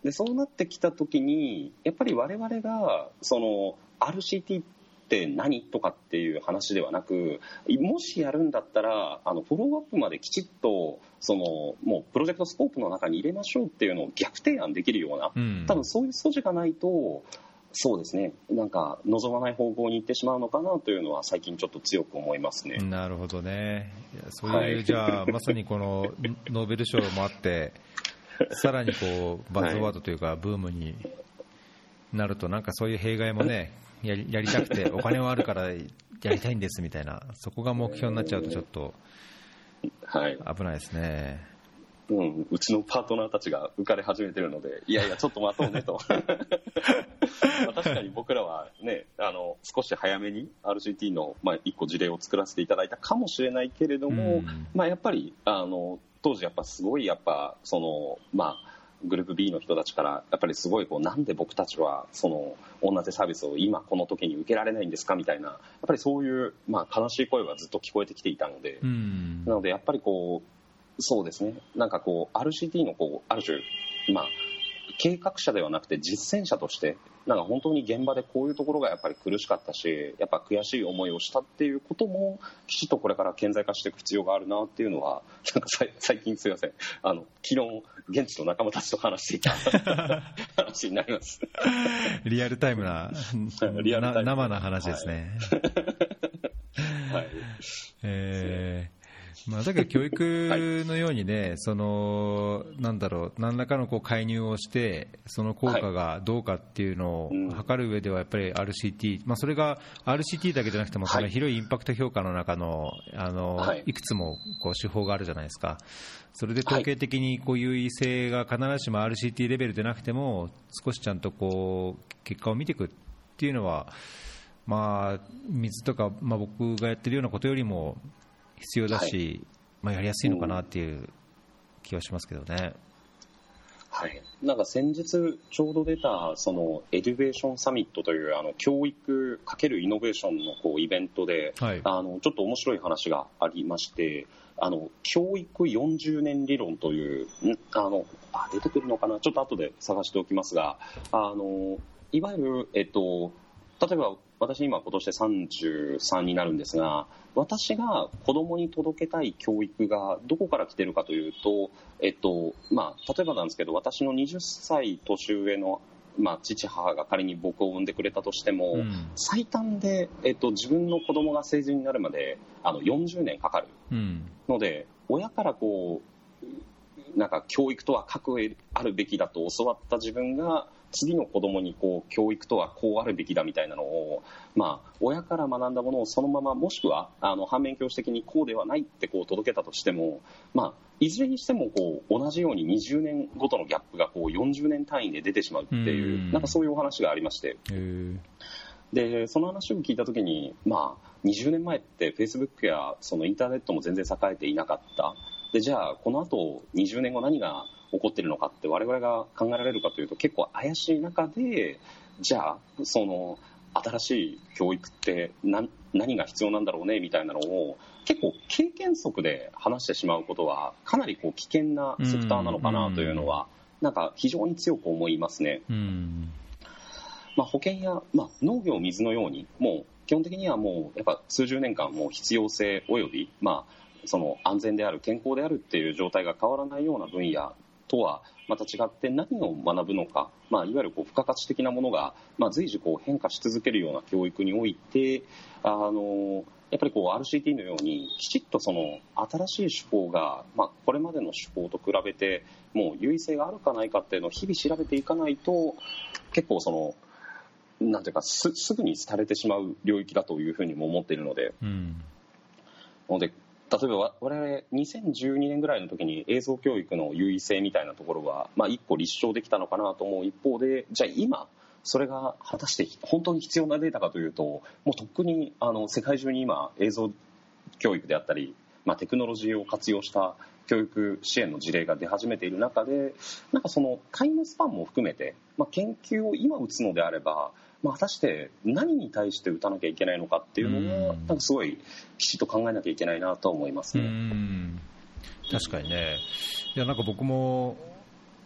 でそうなってきたときにやっぱり我々がその アールシーティー って何とかっていう話ではなく、もしやるんだったらあのフォローアップまできちっとそのもうプロジェクトスコープの中に入れましょうっていうのを逆提案できるような、うん、多分そういう素地がないとそうですね、なんか望まない方向に行ってしまうのかなというのは最近ちょっと強く思いますね。 なるほどね。いやそういう、はい、じゃあまさにこのノーベル賞もあってさらにこうバズワードというかブームになるとなんかそういう弊害もねやり、やりたくてお金はあるからやりたいんですみたいな、そこが目標になっちゃうとちょっと危ないですね。 うん、うちのパートナーたちが浮かれ始めてるので、いやいやちょっと待とうねとまあ確かに僕らはね、あの少し早めに アールシーティー の、まあ、いっこ事例を作らせていただいたかもしれないけれども、うん、まあ、やっぱりあの当時やっぱすごいやっぱその、まあ、グループ B の人たちからやっぱりすごいこうなんで僕たちはその同じサービスを今この時に受けられないんですかみたいな、やっぱりそういう、まあ、悲しい声はずっと聞こえてきていたので、うん、なのでやっぱりこうそうですね、なんかこう アールシーティー のこうある種、まあ、計画者ではなくて実践者としてなんか本当に現場でこういうところがやっぱり苦しかったし、やっぱ悔しい思いをしたっていうこともきちっとこれから顕在化していく必要があるなっていうのはなんか最近すいません、あの昨日現地の仲間たちと話していた話になりますリアルタイムなリアルタイムな生な話ですね。はい、えーまあ、だけど教育のようにね、はい、そのなんだろう、何らかのこう介入をしてその効果がどうかっていうのを測る上ではやっぱり アールシーティー、まあ、それが アールシーティー だけじゃなくてもその広いインパクト評価の中のあのいくつもこう手法があるじゃないですか。それで統計的にこう優位性が必ずしも アールシーティー レベルでなくても少しちゃんとこう結果を見ていくっていうのは、まあ、水とか、まあ、僕がやってるようなことよりも必要だし、はい、まあ、やりやすいのかなっていう気はしますけどね。 はい、なんか先日ちょうど出たそのエデュベーションサミットというあの教育×イノベーションのこうイベントで、はい、あのちょっと面白い話がありまして、あの教育よんじゅうねん理論というあのあ出てくるのかな、ちょっと後で探しておきますが、あのいわゆる、えっと、例えば私今今年でさんじゅうさんになるんですが、私が子供に届けたい教育がどこから来てるかというと、えっとまあ、例えばなんですけど、私のはたち年上の、まあ、父母が仮に僕を産んでくれたとしても、うん、最短で、えっと、自分の子供が成人になるまであのよんじゅうねんかかる、うん、ので親からこうなんか教育とは核あるべきだと教わった自分が次の子供にこう教育とはこうあるべきだみたいなのを、まあ、親から学んだものをそのまま、もしくはあの反面教師的にこうではないってこう届けたとしても、まあ、いずれにしてもこう同じようににじゅうねんごとのギャップがこうよんじゅうねん単位で出てしまうっていう、なんかそういうお話がありまして、でその話を聞いたときに、まあ、にじゅうねんまえってフェイスブックやそのインターネットも全然栄えていなかった。でじゃあこの後にじゅうねんご何が起こっているのかって我々が考えられるかというと結構怪しい中で、じゃあその新しい教育って何、何が必要なんだろうねみたいなのを結構経験則で話してしまうことはかなりこう危険なセクターなのかなというのはなんか非常に強く思いますね。うんまあ、保険や、まあ、農業水のようにもう基本的にはもうやっぱ数十年間もう必要性および、まあ、その安全である健康であるっていう状態が変わらないような分野とはまた違って何を学ぶのか、まあ、いわゆるこう付加価値的なものが、まあ、随時こう変化し続けるような教育において、あのやっぱりこう アールシーティー のようにきちっとその新しい手法が、まあ、これまでの手法と比べてもう優位性があるかないかっていうのを日々調べていかないと結構そのなんていうか す, すぐに廃れてしまう領域だというふうにも思っているので、うん、ので例えば我々にせんじゅうにねんぐらいの時に映像教育の優位性みたいなところは、まあ、一個立証できたのかなと思う一方で、じゃあ今それが果たして本当に必要なデータかというと、もうとっくにあの世界中に今映像教育であったり、まあ、テクノロジーを活用した教育支援の事例が出始めている中で、なんかそのタイムスパンも含めて、まあ、研究を今打つのであれば、まあ、果たして何に対して打たなきゃいけないのかっていうのは、なんかすごいきちっと考えなきゃいけないなと思いますね。 うん確かにね。いやなんか僕も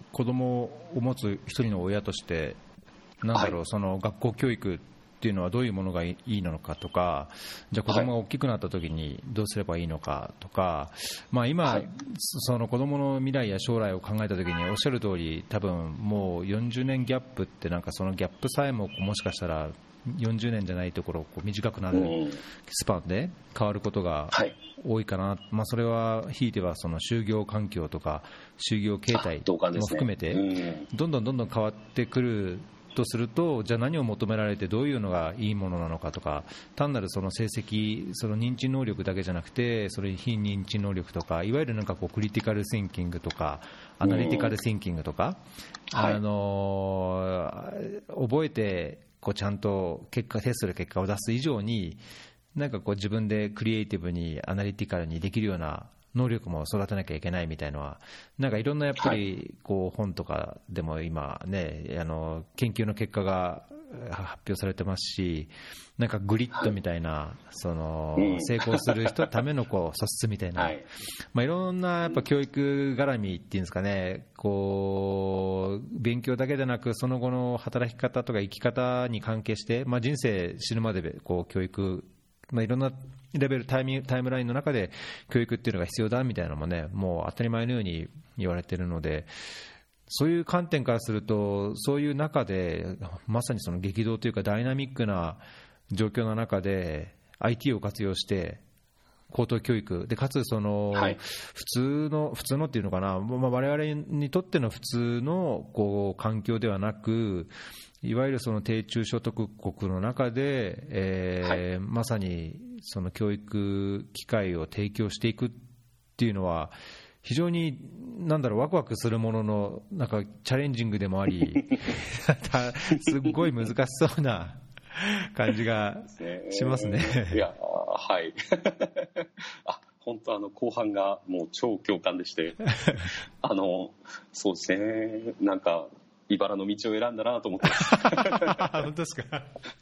子供を持つ一人の親としてなんだろう、はい、その学校教育っていうのはどういうものがいいのかとか、じゃあ子供が大きくなった時にどうすればいいのかとか、まあ、今、はい、その子供の未来や将来を考えた時におっしゃる通り、多分もうよんじゅうねんギャップって、なんかそのギャップさえももしかしたらよんじゅうねんじゃないところをこう短くなるスパンで変わることが多いかな、はい、まあ、それはひいてはその就業環境とか就業形態も含めてどんどんどんどん変わってくるとすると、じゃあ何を求められてどういうのがいいものなのかとか、単なるその成績、その認知能力だけじゃなくて、それ非認知能力とか、いわゆるなんかこうクリティカルシンキングとかアナリティカルシンキングとか、あの覚えてこうちゃんと結果テストで結果を出す以上に、なんかこう自分でクリエイティブにアナリティカルにできるような能力も育てなきゃいけないみたいなのは、なんかいろんなやっぱりこう本とかでも今ね、あの研究の結果が発表されてますし、なんかグリッドみたいな、その成功する人のためのこう素質みたいな、まあいろんなやっぱ教育絡みっていうんですかね、こう勉強だけでなくその後の働き方とか生き方に関係して、まあ人生死ぬまでこう教育、まあ、いろんなレベルタイミ、タイムラインの中で教育っていうのが必要だみたいなのもね、もう当たり前のように言われているので、そういう観点からすると、そういう中でまさにその激動というかダイナミックな状況の中で アイティー を活用して高等教育で、かつその普通の普通のっていうのかな、まあ、我々にとっての普通のこう環境ではなく、いわゆるその低中所得国の中で、えーはい、まさにその教育機会を提供していくっていうのは非常になんだろう、ワクワクするもののなんかチャレンジングでもありすっごい難しそうな感じがしますね。 いや、はいあ、本当あの後半がもう超共感でしてあのそうですね、なんか茨の道を選んだなと思って本当ですか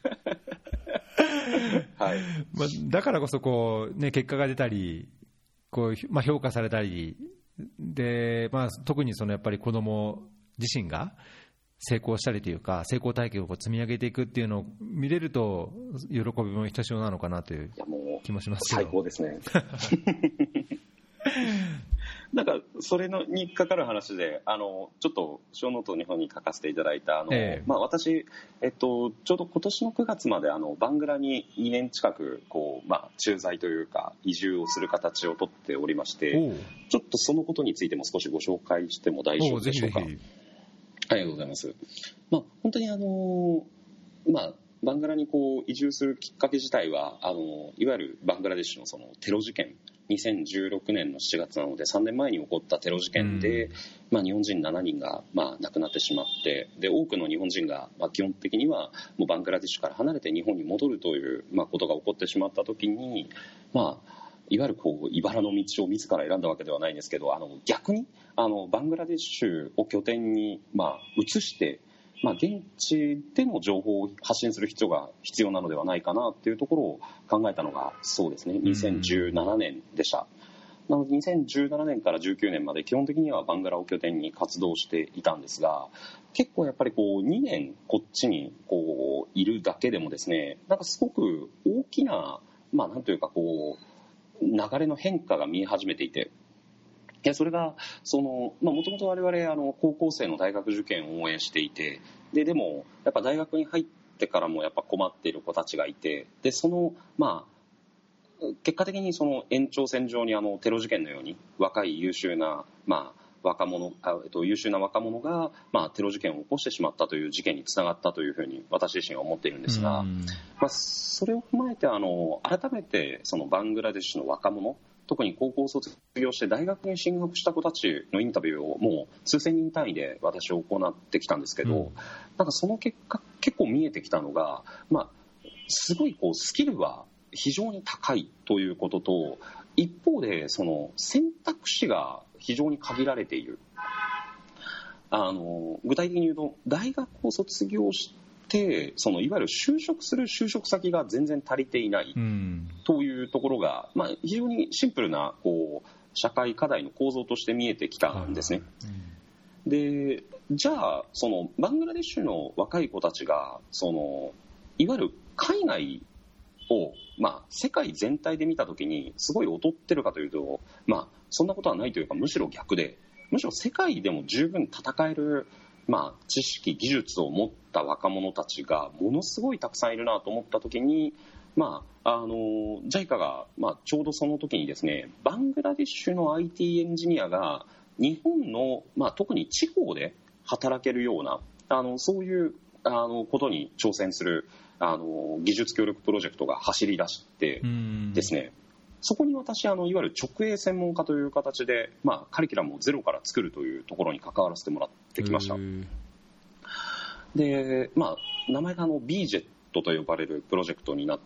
はい、まあ、だからこそこう、ね、結果が出たりこう、まあ、評価されたりで、まあ、特にそのやっぱり子ども自身が成功したりというか成功体験をこう積み上げていくっていうのを見れると喜びもひとしおなのかなという気もしますけど。 最高ですねなんかそれのにかかる話で、あのちょっと小ノート日本に書かせていただいたあの、えーまあ、私、えっと、ちょうど今年のくがつまであのバングラににねん近くこう、まあ、駐在というか移住をする形をとっておりまして、ちょっとそのことについても少しご紹介しても大丈夫でしょうか。ぜひぜひ。ありがとうございます。まあ、本当にあの、まあ、バングラにこう移住するきっかけ自体はあのいわゆるバングラデシュのそのテロ事件、にせんじゅうろくねんのしちがつなのでさんねんまえに起こったテロ事件で、まあ、日本人しちにんがまあ亡くなってしまって、で多くの日本人がまあ基本的にはもうバングラデシュから離れて日本に戻るというまあことが起こってしまった時に、まあいわゆるこう茨の道を自ら選んだわけではないんですけど、あの逆にあのバングラデシュを拠点にまあ移して、まあ、現地での情報を発信する必要が必要なのではないかなというところを考えたのがそうですね、にせんじゅうななねんでした。なのでにせんじゅうななねんからじゅうきゅうねんまで基本的にはバングラを拠点に活動していたんですが、結構やっぱりこうにねんこっちにこういるだけでもですね、なんかすごく大きな、まあ、なんというかこう流れの変化が見え始めていて、いやそれがもともと我々あの高校生の大学受験を応援していて、ででもやっぱ大学に入ってからもやっぱ困っている子たちがいて、でそのまあ結果的にその延長線上にあのテロ事件のように若い優秀なまあ若者あ、えっと、優秀な若者がまあテロ事件を起こしてしまったという事件につながったというふうに私自身は思っているんですが、まあ、それを踏まえてあの改めてそのバングラデシュの若者、特に高校を卒業して大学に進学した子たちのインタビューをもう数千人単位で私は行ってきたんですけど、うん、なんかその結果結構見えてきたのが、まあ、すごいこうスキルは非常に高いということと、一方でその選択肢が非常に限られている。あの具体的に言うと大学を卒業してそのいわゆる就職する就職先が全然足りていないというところが、まあ、非常にシンプルなこう社会課題の構造として見えてきたんですね。 でじゃあそのバングラデシュの若い子たちがそのいわゆる海外を、まあ、世界全体で見たときにすごい劣ってるかというと、まあ、そんなことはないというか、むしろ逆で、むしろ世界でも十分戦える、まあ、知識技術を持った若者たちがものすごいたくさんいるなと思ったときに、まあ、あの ジャイカ が、まあ、ちょうどその時にですね、バングラデシュの アイティー エンジニアが日本の、まあ、特に地方で働けるようなあのそういうあのことに挑戦するあの技術協力プロジェクトが走り出してですね、そこに私あのいわゆる直営専門家という形で、まあ、カリキュラムをゼロから作るというところに関わらせてもらってきました。で、まあ、名前があの ビージェット と呼ばれるプロジェクトになって、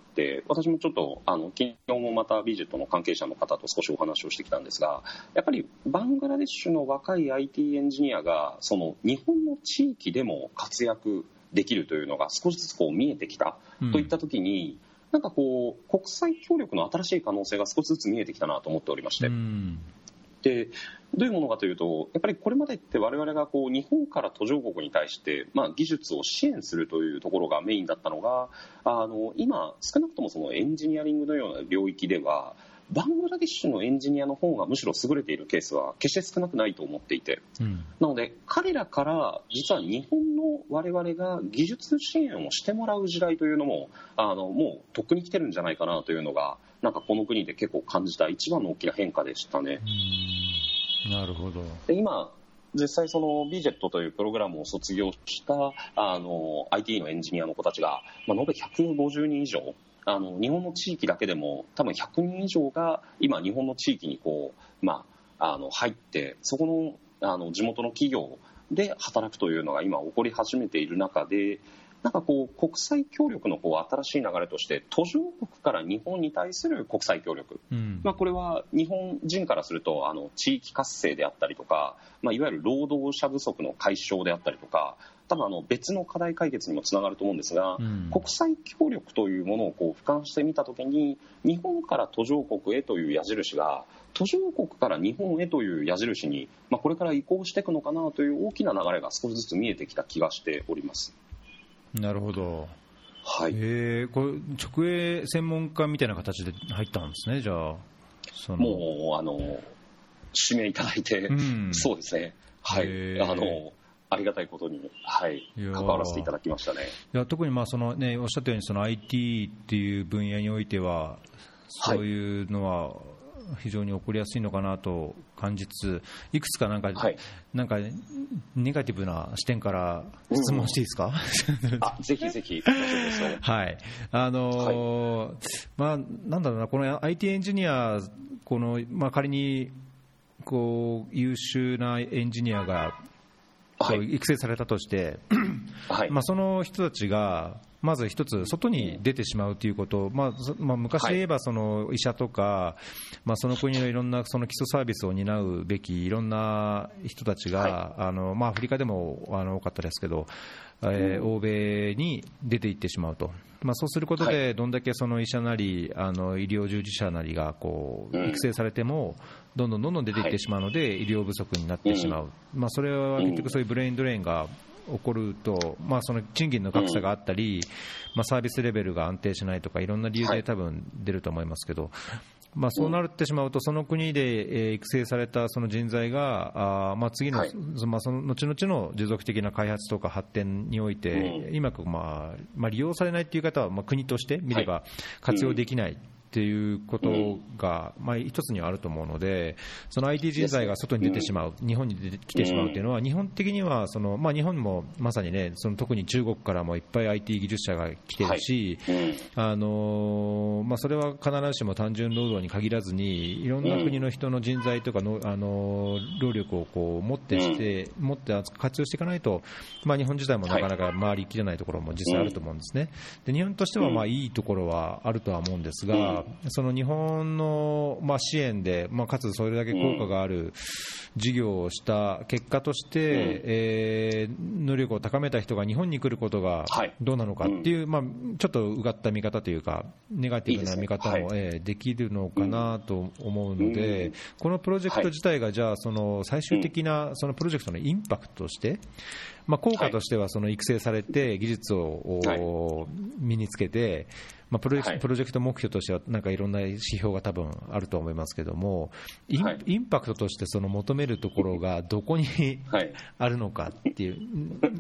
私もちょっとあの昨日もまた ビージェット の関係者の方と少しお話をしてきたんですが、やっぱりバングラデシュの若い アイティー エンジニアがその日本の地域でも活躍できるというのが少しずつこう見えてきたといったときに、うん、なんかこう国際協力の新しい可能性が少しずつ見えてきたなと思っておりまして、うん、でどういうものかというと、やっぱりこれまでって我々がこう日本から途上国に対して、まあ、技術を支援するというところがメインだったのが、あの今少なくともそのエンジニアリングのような領域ではバングラデシュのエンジニアの方がむしろ優れているケースは決して少なくないと思っていて、うん、なので彼らから実は日本の我々が技術支援をしてもらう時代というのもあのもうとっくに来てるんじゃないかなというのが、なんかこの国で結構感じた一番の大きな変化でしたね。 うん、なるほど。 で今実際その ビージェット というプログラムを卒業したあの アイティー のエンジニアの子たちが、まあ、延べひゃくごじゅうにん以上、あの日本の地域だけでも多分ひゃくにん以上が今日本の地域にこう、まあ、あの入って、そこの、あの地元の企業で働くというのが今起こり始めている中で、なんかこう国際協力のこう新しい流れとして途上国から日本に対する国際協力、うん、まあ、これは日本人からするとあの地域活性であったりとか、まあ、いわゆる労働者不足の解消であったりとか、多分あの別の課題解決にもつながると思うんですが、うん、国際協力というものをこう俯瞰してみたときに、日本から途上国へという矢印が途上国から日本へという矢印に、まあ、これから移行していくのかなという大きな流れが少しずつ見えてきた気がしております。 なるほど。 はい。 えー、これ直営専門家みたいな形で入ったんですね。じゃあそのもうあの指名いただいて、うん、そうですね。はい。あのありがたいことに、はい、関わらせていただきましたね。 いや特にまあその、ね、おっしゃったようにその アイティー っていう分野においてはそういうのは非常に起こりやすいのかなと感じつつ、いくつかなんか、はい、なんかネガティブな視点から質問していいですか？ うん、あぜひぜひはいあのーはい、まあ、なんだろうな、この アイティー エンジニアこの、まあ、仮にこう優秀なエンジニアが育成されたとして、はい、まあ、その人たちがまず一つ外に出てしまうということ、まあまあ、昔で言えばその医者とか、まあ、その国のいろんなその基礎サービスを担うべきいろんな人たちが、はい、あのまあ、アフリカでもあの多かったですけど、えー、欧米に出ていってしまうと、まあ、そうすることでどんだけその医者なりあの医療従事者なりがこう育成されてもどんどんどんどん出ていってしまうので医療不足になってしまう、まあ、それは結局そういうブレインドレインが起こると、まあ、その賃金の格差があったり、まあ、サービスレベルが安定しないとかいろんな理由で多分出ると思いますけど、まあ、そうなってしまうとその国で育成されたその人材があ、まあ、次の、はい、まあ、その後々の持続的な開発とか発展において今、まあまあ、利用されないという方はまあ国として見れば活用できない、はい、っていうことが、まあ、一つにはあると思うので、その アイティー 人材が外に出てしまう、日本に出てきてしまうというのは、日本的にはその、まあ、日本もまさにね、その特に中国からもいっぱい アイティー 技術者が来てるし、あのまあ、それは必ずしも単純労働に限らずに、いろんな国の人の人材とかの、あの労力をこう持ってして、持って活用していかないと、まあ、日本自体もなかなか回りきれないところも実際あると思うんですね。で日本としてはまあいいところはあるとは思うんですが、 は、うん、その日本の、まあ、支援で、まあ、かつそれだけ効果がある事業をした結果として、うん、えー、能力を高めた人が日本に来ることがどうなのかっていう、はい、まあ、ちょっとうがった見方というか、ネガティブな見方もいいですね、はい、えー、できるのかなと思うので、うん、このプロジェクト自体が、じゃあ、その最終的なそのプロジェクトのインパクトとして、まあ、効果としてはその育成されて技術を身につけて、まあ、プロジェクト、プロジェクト目標としてはなんかいろんな指標が多分あると思いますけども、イン、はい、インパクトとしてその求めるところがどこにあるのかっていう、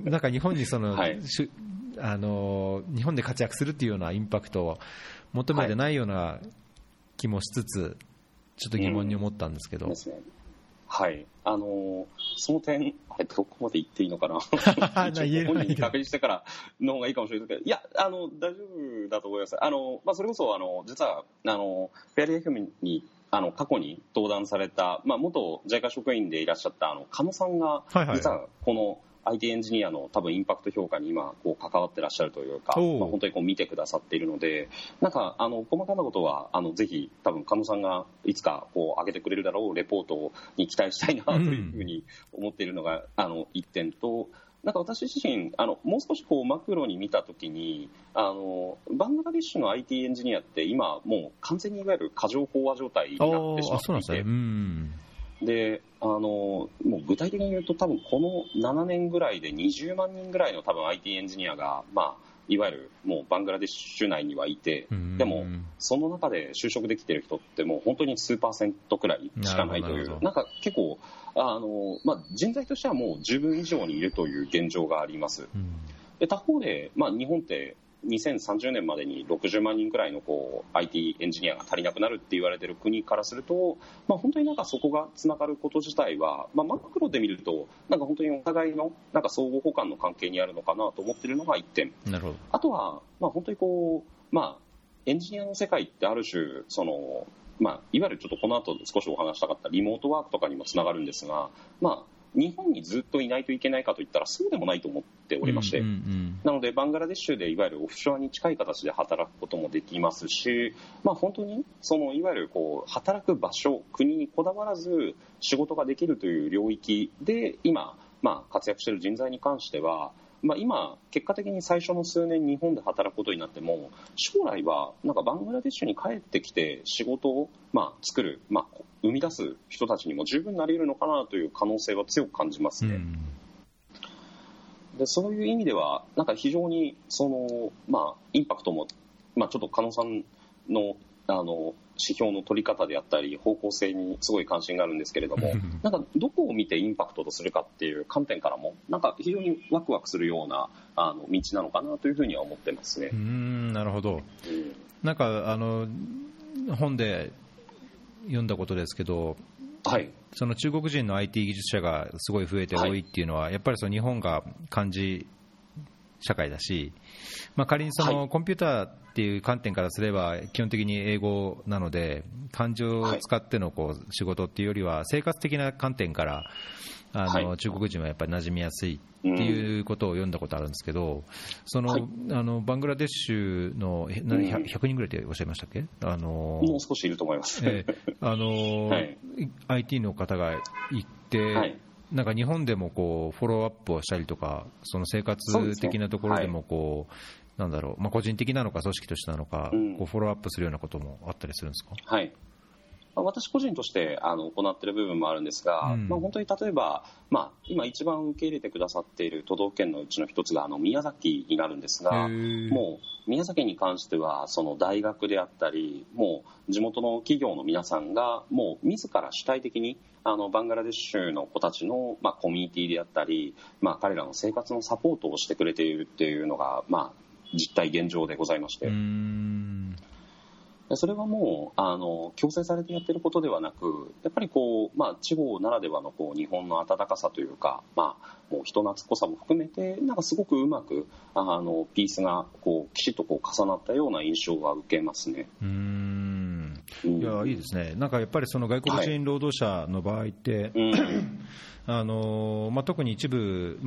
なんか日本にその、はい、あの日本で活躍するっていうようなインパクトを求めてないような気もしつつ、ちょっと疑問に思ったんですけど。うんですね、 はい、あのー、その点、あれ、どこまで言っていいのかな、一応本人に確認してからの方がいいかもしれないですけど、いや、あの大丈夫だと思います。あの、まあ、それこそあの実はあのフェアリー エフエム にあの過去に登壇された、まあ、元 ジャイカ 職員でいらっしゃったあの狩野さんが、実はこのアイティー エンジニアの多分インパクト評価に今こう関わってらっしゃるというか、まあ、本当にこう見てくださっているので、なんかあの細かなことはあのぜひ多分狩野さんがいつかこう上げてくれるだろうレポートに期待したいなというふうに思っているのが、うん、あの一点と、なんか私自身あのもう少しこうマクロに見たときに、あのバングラデシュの アイティー エンジニアって今もう完全にいわゆる過剰飽和状態になってしまっていて、であのもう具体的に言うと多分このななねんぐらいでにじゅうまんにんぐらいの多分 アイティー エンジニアが、まあ、いわゆるもうバングラデシュ内にはいて、でもその中で就職できている人ってもう本当に数パーセントくらいしかないという、なんか結構あの、まあ、人材としてはもう十分以上にいるという現状があります。で他方で、まあ、日本ってにせんさんじゅうねんまでにろくじゅうまんにんくらいのこう アイティー エンジニアが足りなくなるって言われている国からすると、まあ、本当になんかそこがつながること自体は、まあ、マクロで見るとなんか本当にお互いのなんか相互補完の関係にあるのかなと思っているのがいってん。 なるほど。 あとは、まあ、本当にこう、まあ、エンジニアの世界ってある種その、まあ、いわゆるちょっとこの後少しお話したかったリモートワークとかにもつながるんですが、まあ日本にずっといないといけないかといったらそうでもないと思っておりまして、うんうんうん、なのでバングラデシュでいわゆるオフショアに近い形で働くこともできますし、まあ、本当にそのいわゆるこう働く場所、国にこだわらず仕事ができるという領域で今、まあ、活躍している人材に関しては、まあ、今結果的に最初の数年日本で働くことになっても将来はなんかバングラデシュに帰ってきて仕事をまあ作る、まあ、生み出す人たちにも十分なり得るのかなという可能性は強く感じますね。うん、でそういう意味ではなんか非常にその、まあ、インパクトも、まあ、ちょっと狩野さんのあの指標の取り方であったり方向性にすごい関心があるんですけれども、なんかどこを見てインパクトとするかっていう観点からもなんか非常にワクワクするようなあの道なのかなというふうには思ってますね。 うーん、なるほど。うん、なんかあの本で読んだことですけど、はい、その中国人の アイティー 技術者がすごい増えて多いっていうのは、はい、やっぱりその日本が漢字社会だし、まあ、仮にそのコンピューターっていう観点からすれば基本的に英語なので漢字を使ってのこう仕事っていうよりは生活的な観点からあの中国人はやっぱり馴染みやすいっていうことを読んだことあるんですけど、そのあのバングラデシュのひゃくにんぐらいっておっしゃいましたっけ？あのもう少しいると思います、 えーあのはい、アイティー の方がいて、はいなんか日本でもこうフォローアップをしたりとか、その生活的なところでもこう、なんだろう、まあ個人的なのか組織としてなのか、こうフォローアップするようなこともあったりするんですか？ はい。私個人としてあの行っている部分もあるんですが、うんまあ、本当に例えば、まあ、今一番受け入れてくださっている都道府県のうちの一つがあの宮崎になるんですが、もう宮崎に関してはその大学であったりもう地元の企業の皆さんがもう自ら主体的にあのバングラデシュの子たちの、まあ、コミュニティであったり、まあ、彼らの生活のサポートをしてくれているっていうのが、まあ、実態現状でございまして、うーんそれはもうあの強制されてやっていることではなく、やっぱりこう、まあ、地方ならではのこう日本の温かさというか、まあ、もう人懐っこさも含めてなんかすごくうまくあのピースがこうきちっとこう重なったような印象は受けますね。 うーんいやいいですね。なんかやっぱりその外国人労働者の場合って、はいうんあのまあ、特に一部、まあ、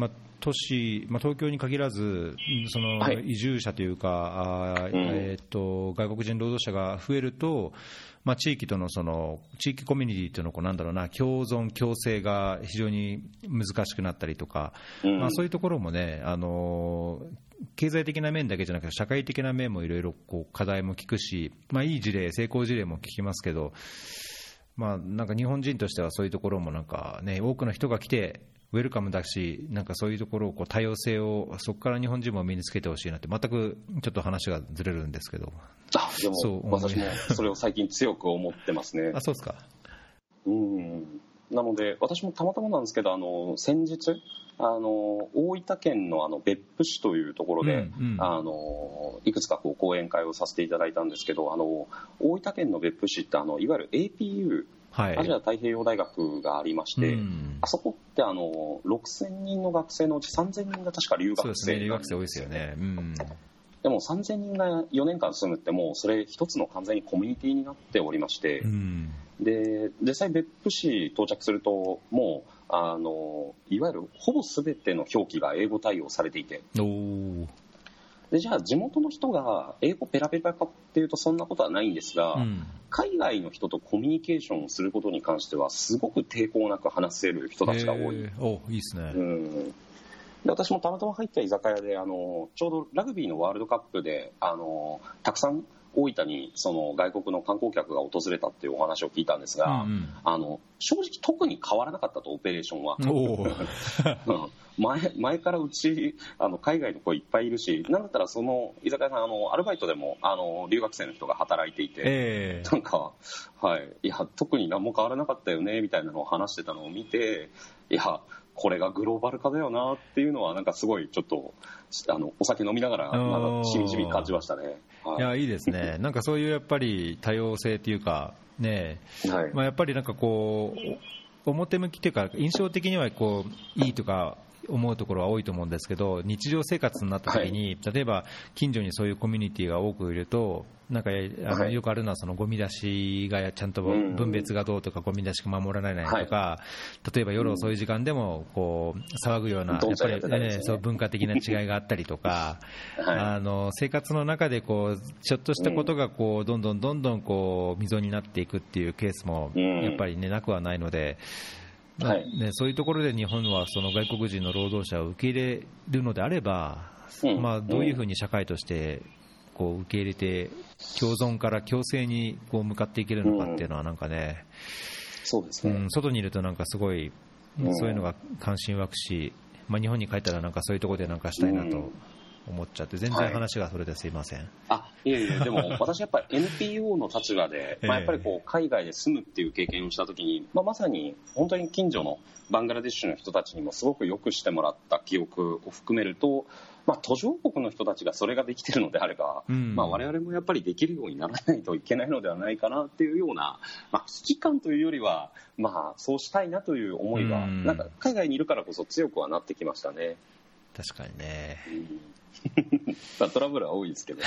都市、まあ、東京に限らずその移住者というか、はい、あえー、と外国人労働者が増えると、まあ、地域とのその地域コミュニティとのこうなんだろうな共存共生が非常に難しくなったりとか、うん、まあ、そういうところもね、あの経済的な面だけじゃなくて社会的な面もいろいろ課題も聞くし、まあ、いい事例成功事例も聞きますけど、まあ、なんか日本人としてはそういうところもなんか、ね、多くの人が来てウェルカムだし、なんかそういうところをこう多様性をそこから日本人も身につけてほしいなって、全くちょっと話がずれるんですけど。 あ、でもそう私もそれを最近強く思ってますね。 あ、そうですか。 うん、なので私もたまたまなんですけど、あの先日あの大分県のあの別府市というところで、うんうん、あのいくつかこう講演会をさせていただいたんですけど、あの大分県の別府市ってあのいわゆる エーピーユー、はい、アジア太平洋大学がありまして、うん、あそこってあのろくせんにんの学生のうちさんぜんにんが確か留学生なんですよね。そうですね、留学生多いですよね。うん、でもさんぜんにんがよねんかん住むってもうそれ一つの完全にコミュニティになっておりまして、うん、で実際別府市到着するともうあのいわゆるほぼ全ての表記が英語対応されていて、おでじゃあ地元の人が英語ペラペラかっていうとそんなことはないんですが、うん、海外の人とコミュニケーションをすることに関してはすごく抵抗なく話せる人たちが多い。 お、いいですね。うん、 で私もたまたま入った居酒屋であのちょうどラグビーのワールドカップであのたくさん大分にその外国の観光客が訪れたっていうお話を聞いたんですが、うんうん、あの正直特に変わらなかったと、オペレーションは。お前, 前からうちあの海外の子いっぱいいるし、なんだったらその居酒屋さんあのアルバイトでもあの留学生の人が働いていて、えー、なんか、はい、いや特に何も変わらなかったよねみたいなのを話してたのを見て、いやこれがグローバル化だよなっていうのはなんかすごいちょっとあのお酒飲みながらなんかしみじみ感じましたね。 はい、いやいいですね。なんかそういうやっぱり多様性っていうかね、はい、まあ、やっぱりなんかこう表向きっていうか印象的にはこういいとか思うところは多いと思うんですけど、日常生活になった時に、はい、例えば近所にそういうコミュニティが多くいると、なんかあのよくあるのはそのゴミ出しがちゃんと分別がどうとか、ゴミ出しが守られないとか、はい、例えば夜遅い時間でもこう騒ぐようなやっぱり、ね、そう文化的な違いがあったりとか、はい、あの生活の中でこうちょっとしたことがこうどんどんどんどんこう溝になっていくっていうケースもやっぱり、ね、なくはないので。はいね、そういうところで日本はその外国人の労働者を受け入れるのであれば、うんまあ、どういうふうに社会としてこう受け入れて共存から共生にこう向かっていけるのかっていうのはなんかね、 そうですね、 うん、外にいるとなんかすごいそういうのが関心湧くし、まあ、日本に帰ったらなんかそういうところでなんかしたいなと思っちゃって、全然話がそれですいません。はい、 あいやいやでも私やっぱり エヌピーオー の立場で、まあ、やっぱりこう海外で住むっていう経験をしたときに、まあ、まさに本当に近所のバングラデシュの人たちにもすごくよくしてもらった記憶を含めると、まあ、途上国の人たちがそれができているのであれば、うんまあ、我々もやっぱりできるようにならないといけないのではないかなっていうような、まあ、危機感というよりは、まあ、そうしたいなという思いが、うん、なんか海外にいるからこそ強くはなってきましたね。 確かにね、 うんまあ、トラブルは多いですけどね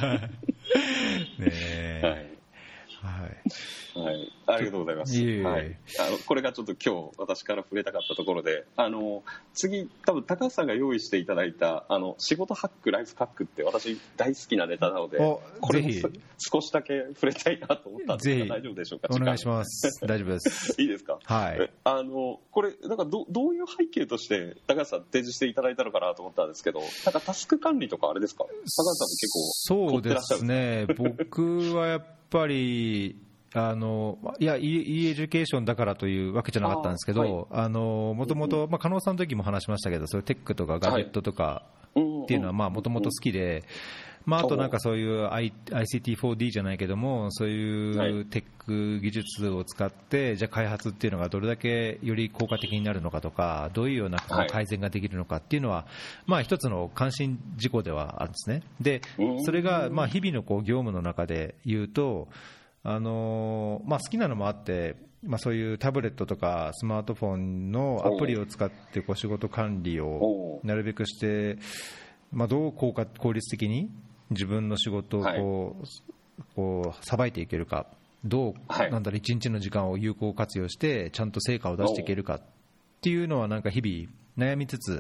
え、はいはいはい、ありがとうございます。いえいえ、はい、あのこれがちょっと今日私から触れたかったところで、あの次多分高橋さんが用意していただいたあの仕事ハックライフハックって私大好きなネタなので、これも少しだけ触れたいなと思ったんですが大丈夫でしょうか。 お願いします。大丈夫ですいいですか。 はい、 あのこれなんか ど, どういう背景として高橋さん提示していただいたのかなと思ったんですけど、なんかタスク管理とかあれですか。高橋さんも結構そうですね。僕はやっぱりあのいや e エデュケーションだからというわけじゃなかったんですけど、もともと加納さんの時も話しましたけど、そういうテックとかガジェットとかっていうのはもともと好きで、まあ、あとなんかそういう アイシーティーフォーディー じゃないけども、そういうテック技術を使ってじゃあ開発っていうのがどれだけより効果的になるのかとか、どういうような改善ができるのかっていうのは、まあ一つの関心事項ではあるんですね。でそれがまあ日々のこう業務の中で言うと、あのまあ、好きなのもあって、まあ、そういうタブレットとかスマートフォンのアプリを使ってこう仕事管理をなるべくして、まあ、どう効果効率的に自分の仕事をこうこうさばいていけるか、どうなんだろう、一日の時間を有効活用してちゃんと成果を出していけるかっていうのはなんか日々悩みつつ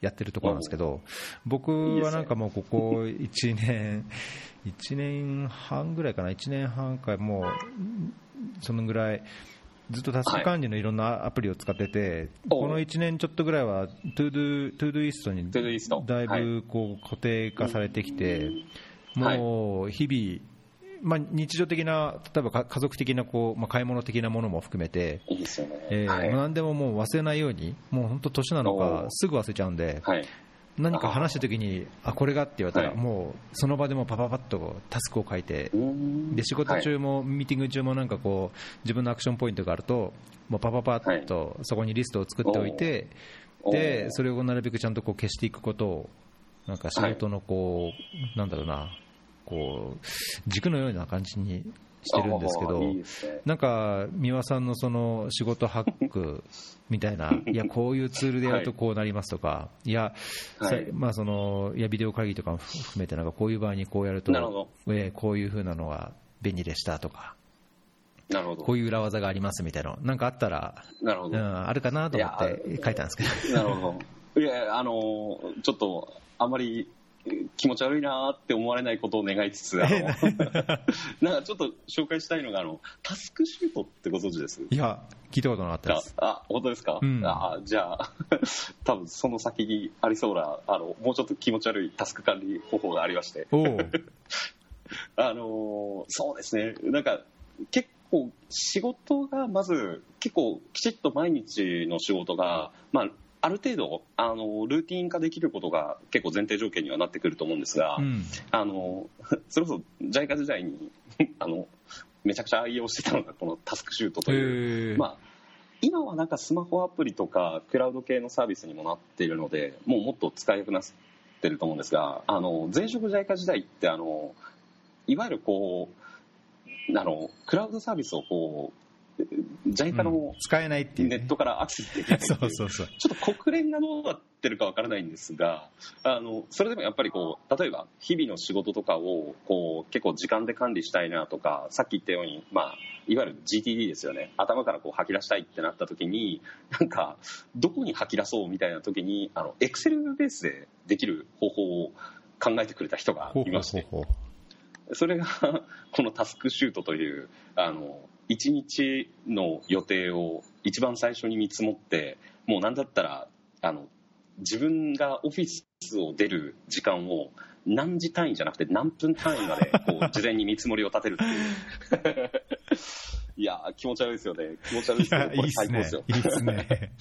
やってるところなんですけど、僕はなんかもうここいちねんいちねんはんぐらいかな、いちねんはんかもうそのぐらいずっとタスク管理のいろんなアプリを使ってて、はい、このいちねんちょっとぐらいはトゥードゥトゥードゥイストにだいぶこう固定化されてきて、もう日々、まあ、日常的な例えば家族的なこう、まあ、買い物的なものも含めて、 いいですよね、 えーはい、何でももう忘れないように、もう本当年なのかすぐ忘れちゃうんで、はい、何か話したときにあこれがって言われたら、はい、もうその場でもパパパッとタスクを書いて、で仕事中も、はい、ミーティング中もなんかこう自分のアクションポイントがあるともうパパパッとそこにリストを作っておいて、はい、でそれをなるべくちゃんとこう消していくことをなんか仕事のこう、はい、なんだろうなこう軸のような感じにしてるんですけど、いいですね、なんか三輪さんのその仕事ハックみたいないやこういうツールでやるとこうなりますとか、はい、いや、はい、まあそのいやビデオ会議とかも含めてなんかこういう場合にこうやるとえこういう風なのが便利でしたとか、 なるほど、 こういう裏技がありますみたいななんかあったら、なるほど、うん、あるかなと思って書いたんですけど。 なるほど。いやあのちょっとあまり気持ち悪いなって思われないことを願いつつ、あのなんかちょっと紹介したいのがあのタスクシュートってご存知です？ いや聞いたことなかったです。 ああ本当ですか？うん、あじゃあ多分その先にありそうなあのもうちょっと気持ち悪いタスク管理方法がありまして、おあのそうですね、なんか結構仕事がまず結構きちっと毎日の仕事がまあある程度あのルーティン化できることが結構前提条件にはなってくると思うんですが、うん、あのそれこそジャイカ時代にあのめちゃくちゃ愛用してたのがこのタスクシュートという、まあ、今はなんかスマホアプリとかクラウド系のサービスにもなっているのでもうもっと使いやすくなってると思うんですが、あの前職ジャイカ時代ってあのいわゆるこうあのクラウドサービスをこうジャイカの使えないっていう、 ネットからアクセスできないっていう、そうそうそう、ちょっと国連がどうなってるかわからないんですが、あのそれでもやっぱりこう例えば日々の仕事とかをこう結構時間で管理したいなとか、さっき言ったように、まあ、いわゆる ジーティーディー ですよね、頭からこう吐き出したいってなった時になんかどこに吐き出そうみたいな時にあの Excel ベースでできる方法を考えてくれた人がいまして、ほうほうほう、それがこのタスクシュートというあのいちにちの予定を一番最初に見積もって、もう何だったらあの自分がオフィスを出る時間を何時単位じゃなくて何分単位までこう事前に見積もりを立てるっていういや気持ち悪いですよね、気持ち悪いですけどこれ最高ですよ。 いいですね。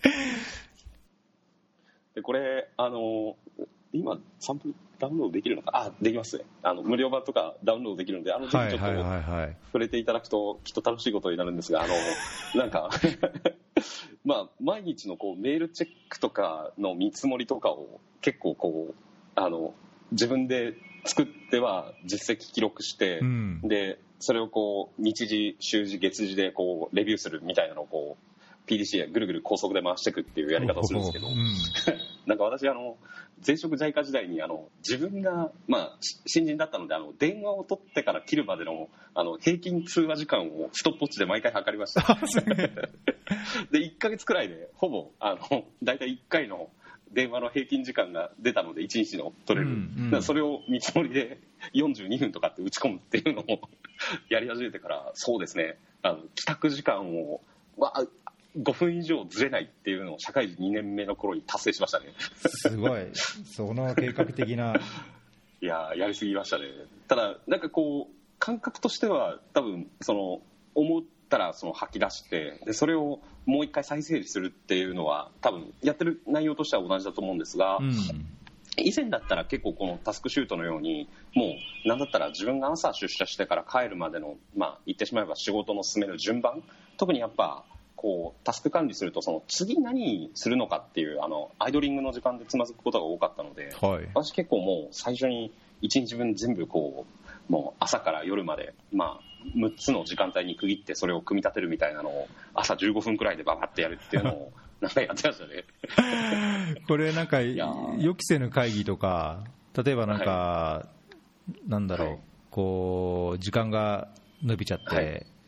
でこれあの今サンプルダウンロードできるのか、あできますね、あの無料版とかダウンロードできるので、あのぜひちょっと触れていただくときっと楽しいことになるんですが、あのなんかまあ毎日のこうメールチェックとかの見積もりとかを結構こうあの自分で作っては実績記録して、うん、でそれをこう日時週時月次でこうレビューするみたいなのをこうピーディーシー ぐるぐる高速で回していくっていうやり方をするんですけど、うん、なんか私あの前職ジャイカ時代にあの自分が、まあ、新人だったのであの電話を取ってから切るまで の, あの平均通話時間をストップウォッチで毎回測りましたでいっかげつくらいでほぼあのだいたいいっかいの電話の平均時間が出たのでいちにちの取れる、うんうん、だからそれを見積もりでよんじゅうにふんとかって打ち込むっていうのをやり始めてから、そうですね、あの帰宅時間をわごふん以上ずれないっていうのを社会人にねんめの頃に達成しましたね。 すごい、その計画的な。 いややりすぎましたね。ただなんかこう感覚としては多分その思ったらその吐き出してでそれをもう一回再整理するっていうのは多分やってる内容としては同じだと思うんですが、うん、以前だったら結構このタスクシュートのようにもう何だったら自分が朝出社してから帰るまでのまあ言ってしまえば仕事の進める順番、特にやっぱこうタスク管理するとその次何するのかっていうあのアイドリングの時間でつまずくことが多かったので、はい、私結構もう最初にいちにちぶん全部こうもう朝から夜まで、まあ、むっつの時間帯に区切ってそれを組み立てるみたいなのを朝じゅうごふんくらいでババッてやるっていうのをなんかやってましたねこれなんか予期せぬ会議とか例えばなんか、はい、なんだろう、はい、こう時間が伸びちゃって、はい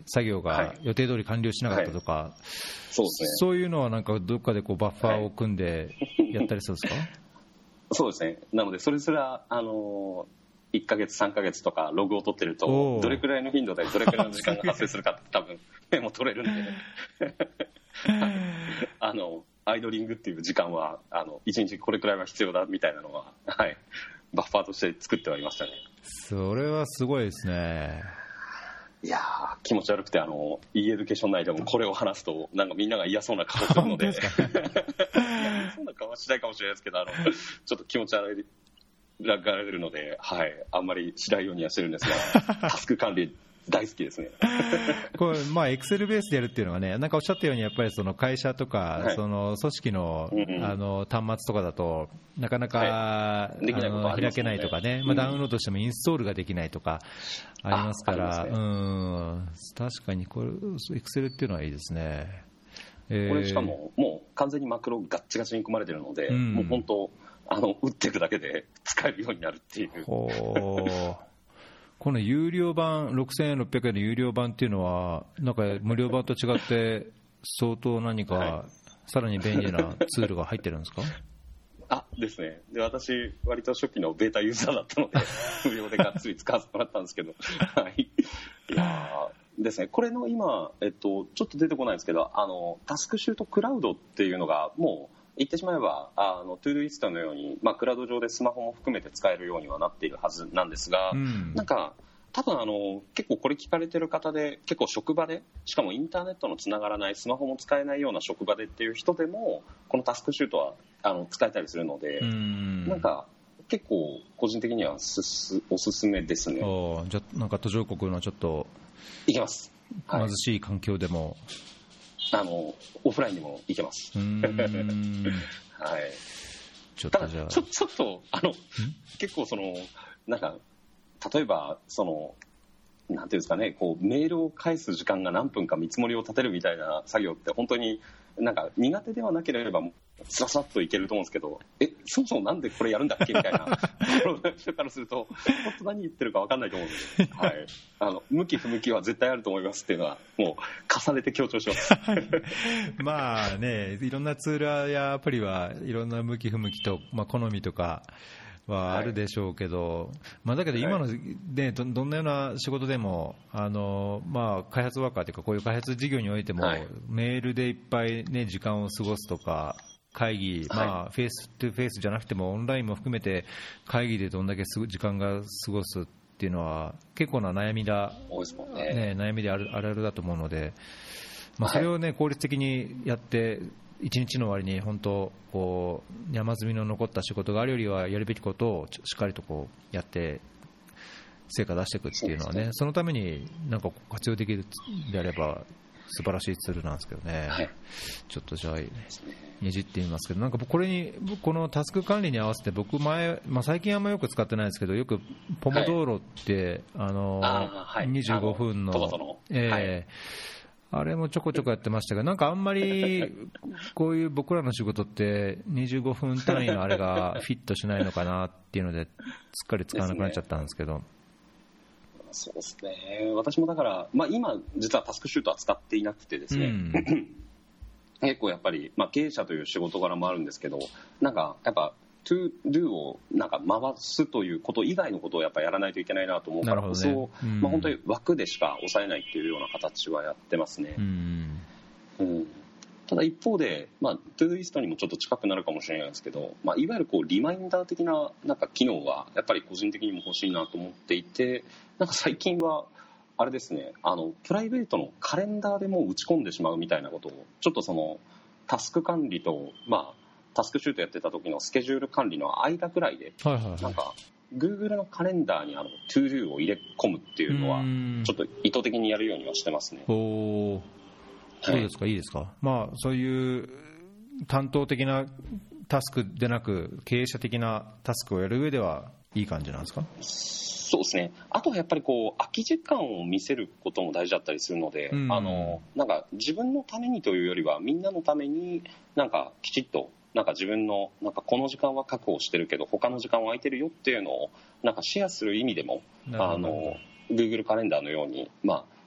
作業が予定通り完了しなかったとか、 はいはい、そうですね、 そういうのはなんかどっかでこうバッファーを組んでやったりするんですか？はい、 そうですね、なのでそれすらあのいっかげつさんかげつとかログを取ってるとどれくらいの頻度でどれくらいの時間が発生するかって多分メモ取れるんであのアイドリングっていう時間はあのいちにちこれくらいは必要だみたいなのは、はい、バッファーとして作ってはいましたね。 それはすごいですね。 いやー気持ち悪くてあの e エデュケーション内でもこれを話すとなんかみんなが嫌そうな顔するので嫌そうな顔はしないかもしれないですけどあのちょっと気持ち悪いがられるので、はい、あんまりしないようにはしてるんですがタスク管理大好きですねこれまあエクセルベースでやるっていうのはね、なんかおっしゃったようにやっぱりその会社とか、はい、その組織の、うんうん、あの端末とかだとなかなか、はい、できないことありますもんね、開けないとかね、まあ、ダウンロードしてもインストールができないとかありますから、うん、確かにこれエクセルっていうのはいいですね。 えー、これしかももう完全にマクロガッチガチに組まれてるので、うん、もう本当あの打っていくだけで使えるようになるっていう。 ほこの有料版ろくせんろっぴゃくえんの有料版っていうのはなんか無料版と違って相当何かさらに便利なツールが入ってるんですか？ あですね、で私割と初期のベータユーザーだったので無料でがっつり使わせてもらったんですけどはい、いやですね、これの今、えっと、ちょっと出てこないんですけどあのタスクシュートクラウドっていうのがもう言ってしまえばあのトゥードゥイストのように、まあ、クラウド上でスマホも含めて使えるようにはなっているはずなんですが、うん、なんか多分あの結構これ聞かれてる方で結構職場でしかもインターネットのつながらないスマホも使えないような職場でっていう人でもこのタスクシュートはあの使えたりするので、うん、なんか結構個人的にはすすおすすめですね。 あじゃなんか途上国のちょっといけます、 はい、貧しい環境でもあのオフラインにも行けます。うーんはい。ちょっとじゃあちょちょっとあの結構そのなんか例えばそのなんていうんですかねこうメールを返す時間が何分か見積もりを立てるみたいな作業って本当になんか苦手ではなければスラスラっといけると思うんですけどえそもそもなんでこれやるんだっけみたいなところの人からすると本当何言ってるか分かんないと思うんで、はい、あの向き不向きは絶対あると思いますっていうのはもう重ねて強調しますまあねいろんなツールやアプリはいろんな向き不向きと、まあ、好みとかはあるでしょうけど、はいまあ、だけど今の、ね、ど, どんなような仕事でもあの、まあ、開発ワーカーというかこういう開発事業においても、はい、メールでいっぱい、ね、時間を過ごすとか会議、まあ、フェイストゥフェイスじゃなくてもオンラインも含めて会議でどんだけ時間が過ごすっていうのは結構な悩みだ、ね、悩みであるあるあるだと思うので、まあ、それを、ね、効率的にやって一日の終わりに本当こう山積みの残った仕事があるよりはやるべきことをしっかりとこうやって成果出していくっていうのはねそのためになんか活用できるであれば素晴らしいツールなんですけどね、はい、ちょっとじゃあねじってみますけどなんかこれにこのタスク管理に合わせて僕前、まあ、最近あんまよく使ってないですけどよくポモドーロって、はい、あのあにじゅうごふん の, の、えーはいあれもちょこちょこやってましたがなんかあんまりこういう僕らの仕事ってにじゅうごふん単位のあれがフィットしないのかなっていうのですっかり使わなくなっちゃったんですけどそうですね私もだから、まあ、今実はタスクシュートは使っていなくてですね、うん、結構やっぱり、まあ、経営者という仕事柄もあるんですけどなんかやっぱto do をなんか回すということ以外のことをやっぱやらないといけないなと思うからこそ、ねうんまあ、本当に枠でしか抑えないっていうような形はやってますね、うんうん、ただ一方で、まあ、トゥードゥイストにもちょっと近くなるかもしれないですけど、まあ、いわゆるこうリマインダー的な、なんか機能はやっぱり個人的にも欲しいなと思っていてなんか最近はあれですねあのプライベートのカレンダーでもう打ち込んでしまうみたいなことをちょっとそのタスク管理とまあタスクシュートやってた時のスケジュール管理の間くらいで、はいはいはい、なんか Google のカレンダーにあの ToDo を入れ込むっていうのはちょっと意図的にやるようにはしてますね。 おそうですか、はい、いいですか。まあそういう担当的なタスクでなく経営者的なタスクをやる上ではいい感じなんですか。 そうですね。あとはやっぱりこう空き時間を見せることも大事だったりするので、うん、あのなんか自分のためにというよりはみんなのためになんかきちっとなんか自分のなんかこの時間は確保してるけど他の時間は空いてるよっていうのをなんかシェアする意味でもあの Google カレンダーのように、まあ、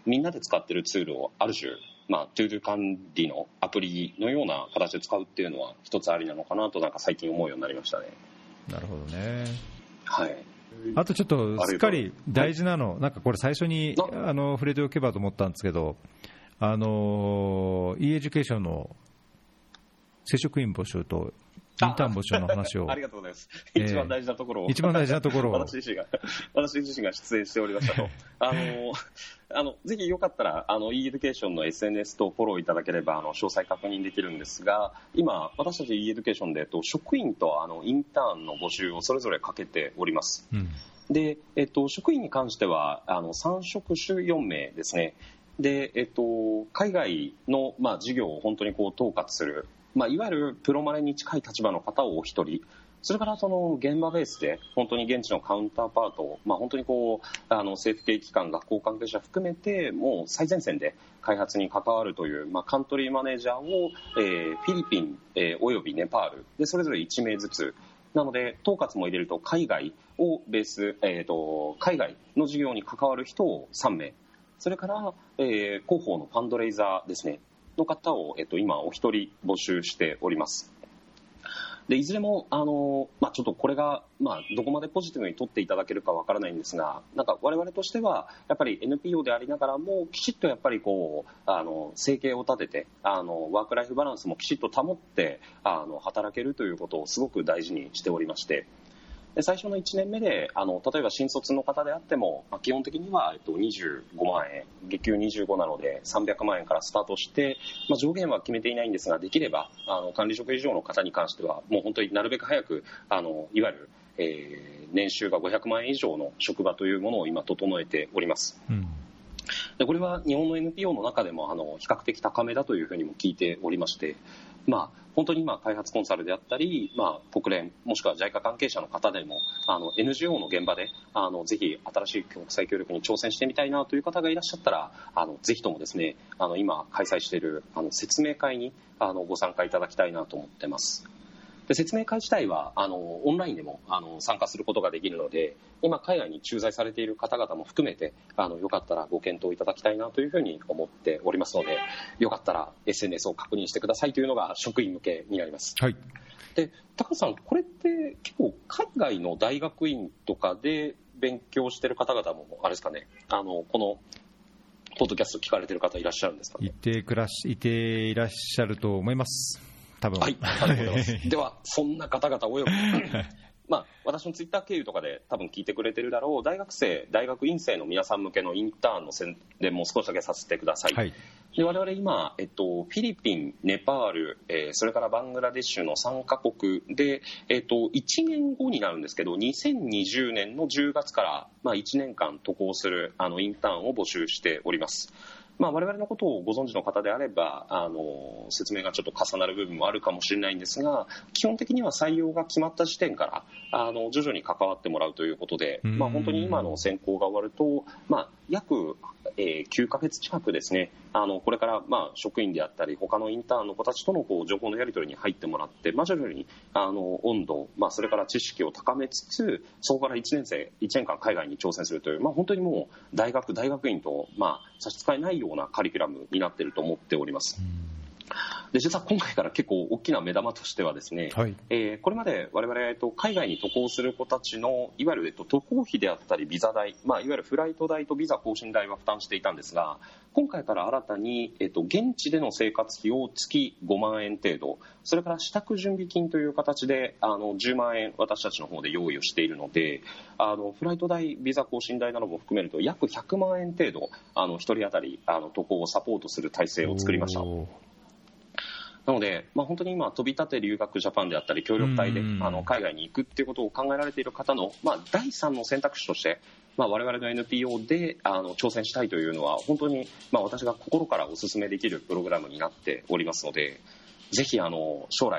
みんなで使っているツールをある種、まあ、トゥードゥ管理のアプリのような形で使うっていうのは一つありなのかなとなんか最近思うようになりましたね。 なるほどね。 はい。 あとちょっとすっかり大事なの、はい、なんかこれ最初にあの触れておけばと思ったんですけど、あの e エデュケーションの正職員募集とインターン募集の話をありがとうございます、えー、一番大事なところを一番大事なところを私自身が私自身が出演しておりましたとあのあのぜひよかったらあの e エデュケーションの エスエヌエス とフォローいただければあの詳細確認できるんですが、今私たち e エデュケーションでと職員とあのインターンの募集をそれぞれかけております、うん、で、えっと、職員に関してはあのさん職種よん名ですね。で、えっと、海外の、まあ、事業を本当にこう統括する、まあ、いわゆるプロマネに近い立場の方をお一人、それからその現場ベースで本当に現地のカウンターパートを、まあ、本当にこうあの政府系機関、学校関係者含めてもう最前線で開発に関わるという、まあ、カントリーマネージャーを、えー、フィリピン、えー、およびネパールでそれぞれいち名ずつなので統括も入れると海外をベース、えー、と海外の事業に関わる人をさん名、それから、えー、広報のファンドレイザーですねの方を、えっと、今お一人募集しております。でいずれもあの、まあ、ちょっとこれが、まあ、どこまでポジティブに取っていただけるかわからないんですが、なんか我々としてはやっぱり エヌピーオー でありながらもきちっとやっぱりこうあの生計を立ててあのワークライフバランスもきちっと保ってあの働けるということをすごく大事にしておりまして、で最初のいちねんめであの例えば新卒の方であっても、まあ、基本的には、えっと、にじゅうごまんえん、月給にじゅうごなのでさんびゃくまんえんからスタートして、まあ、上限は決めていないんですが、できればあの管理職以上の方に関してはもう本当になるべく早くあのいわゆる、えー、年収がごひゃくまんえん以上の職場というものを今整えております、うん、でこれは日本の エヌピーオー の中でもあの比較的高めだというふうにも聞いておりまして、まあ、本当に今開発コンサルであったり、まあ、国連もしくは ジャイカ 関係者の方でもあの エヌジーオー の現場であのぜひ新しい国際協力に挑戦してみたいなという方がいらっしゃったらあのぜひともですねあの今開催しているあの説明会にあのご参加いただきたいなと思ってます。で説明会自体はあのオンラインでもあの参加することができるので、今海外に駐在されている方々も含めてあのよかったらご検討いただきたいなというふうに思っておりますので、よかったら エスエヌエス を確認してくださいというのが職員向けになります、はい、で高橋さん、これって結構海外の大学院とかで勉強している方々もあれですかね、あのこのポッドキャスト聞かれている方いらっしゃるんですかね。 いてくらしいていらっしゃると思います。多分。 はい、ありがとうございます。ではそんな方々およびまあ、私のツイッター経由とかで多分聞いてくれてるだろう大学生、大学院生の皆さん向けのインターンの宣伝も少しだけさせてください、はい、で我々今、えっと、フィリピン、ネパール、えー、それからバングラデシュのさんカ国で、えっと、いちねんごになるんですけどにせんにじゅうねんのじゅうがつから、まあ、いちねんかん渡航するあのインターンを募集しております。まあ、我々のことをご存知の方であればあの説明がちょっと重なる部分もあるかもしれないんですが、基本的には採用が決まった時点からあの徐々に関わってもらうということで、まあ、本当に今の選考が終わると、まあ、約、えー、きゅうかげつ近くですね、あのこれから、まあ、職員であったり他のインターンの子たちとのこう情報のやり取りに入ってもらって、まあ、徐々にあの温度、まあ、それから知識を高めつつ、そこからいちねん生いちねんかん海外に挑戦するという、まあ、本当にもう大学大学院と、まあ、差し支えないようなカリキュラムになっていると思っております。で実は今回から結構大きな目玉としてはですね、はい、えー、これまで我々、えっと、海外に渡航する子たちのいわゆる、えっと、渡航費であったりビザ代、まあ、いわゆるフライト代とビザ更新代は負担していたんですが、今回から新たに、えっと、現地での生活費を月ごまんえん程度、それから支度準備金という形であのじゅうまんえん私たちの方で用意をしているので、あのフライト代、ビザ更新代なども含めると約ひゃくまんえん程度あのひとり当たりあの渡航をサポートする体制を作りました。なので、まあ、本当に今飛び立て留学ジャパンであったり協力隊であの海外に行くっていうことを考えられている方の、まあ、だいさんの選択肢として、まあ、我々の エヌピーオー であの挑戦したいというのは本当に、まあ、私が心からお勧めできるプログラムになっておりますので、ぜひあの将来は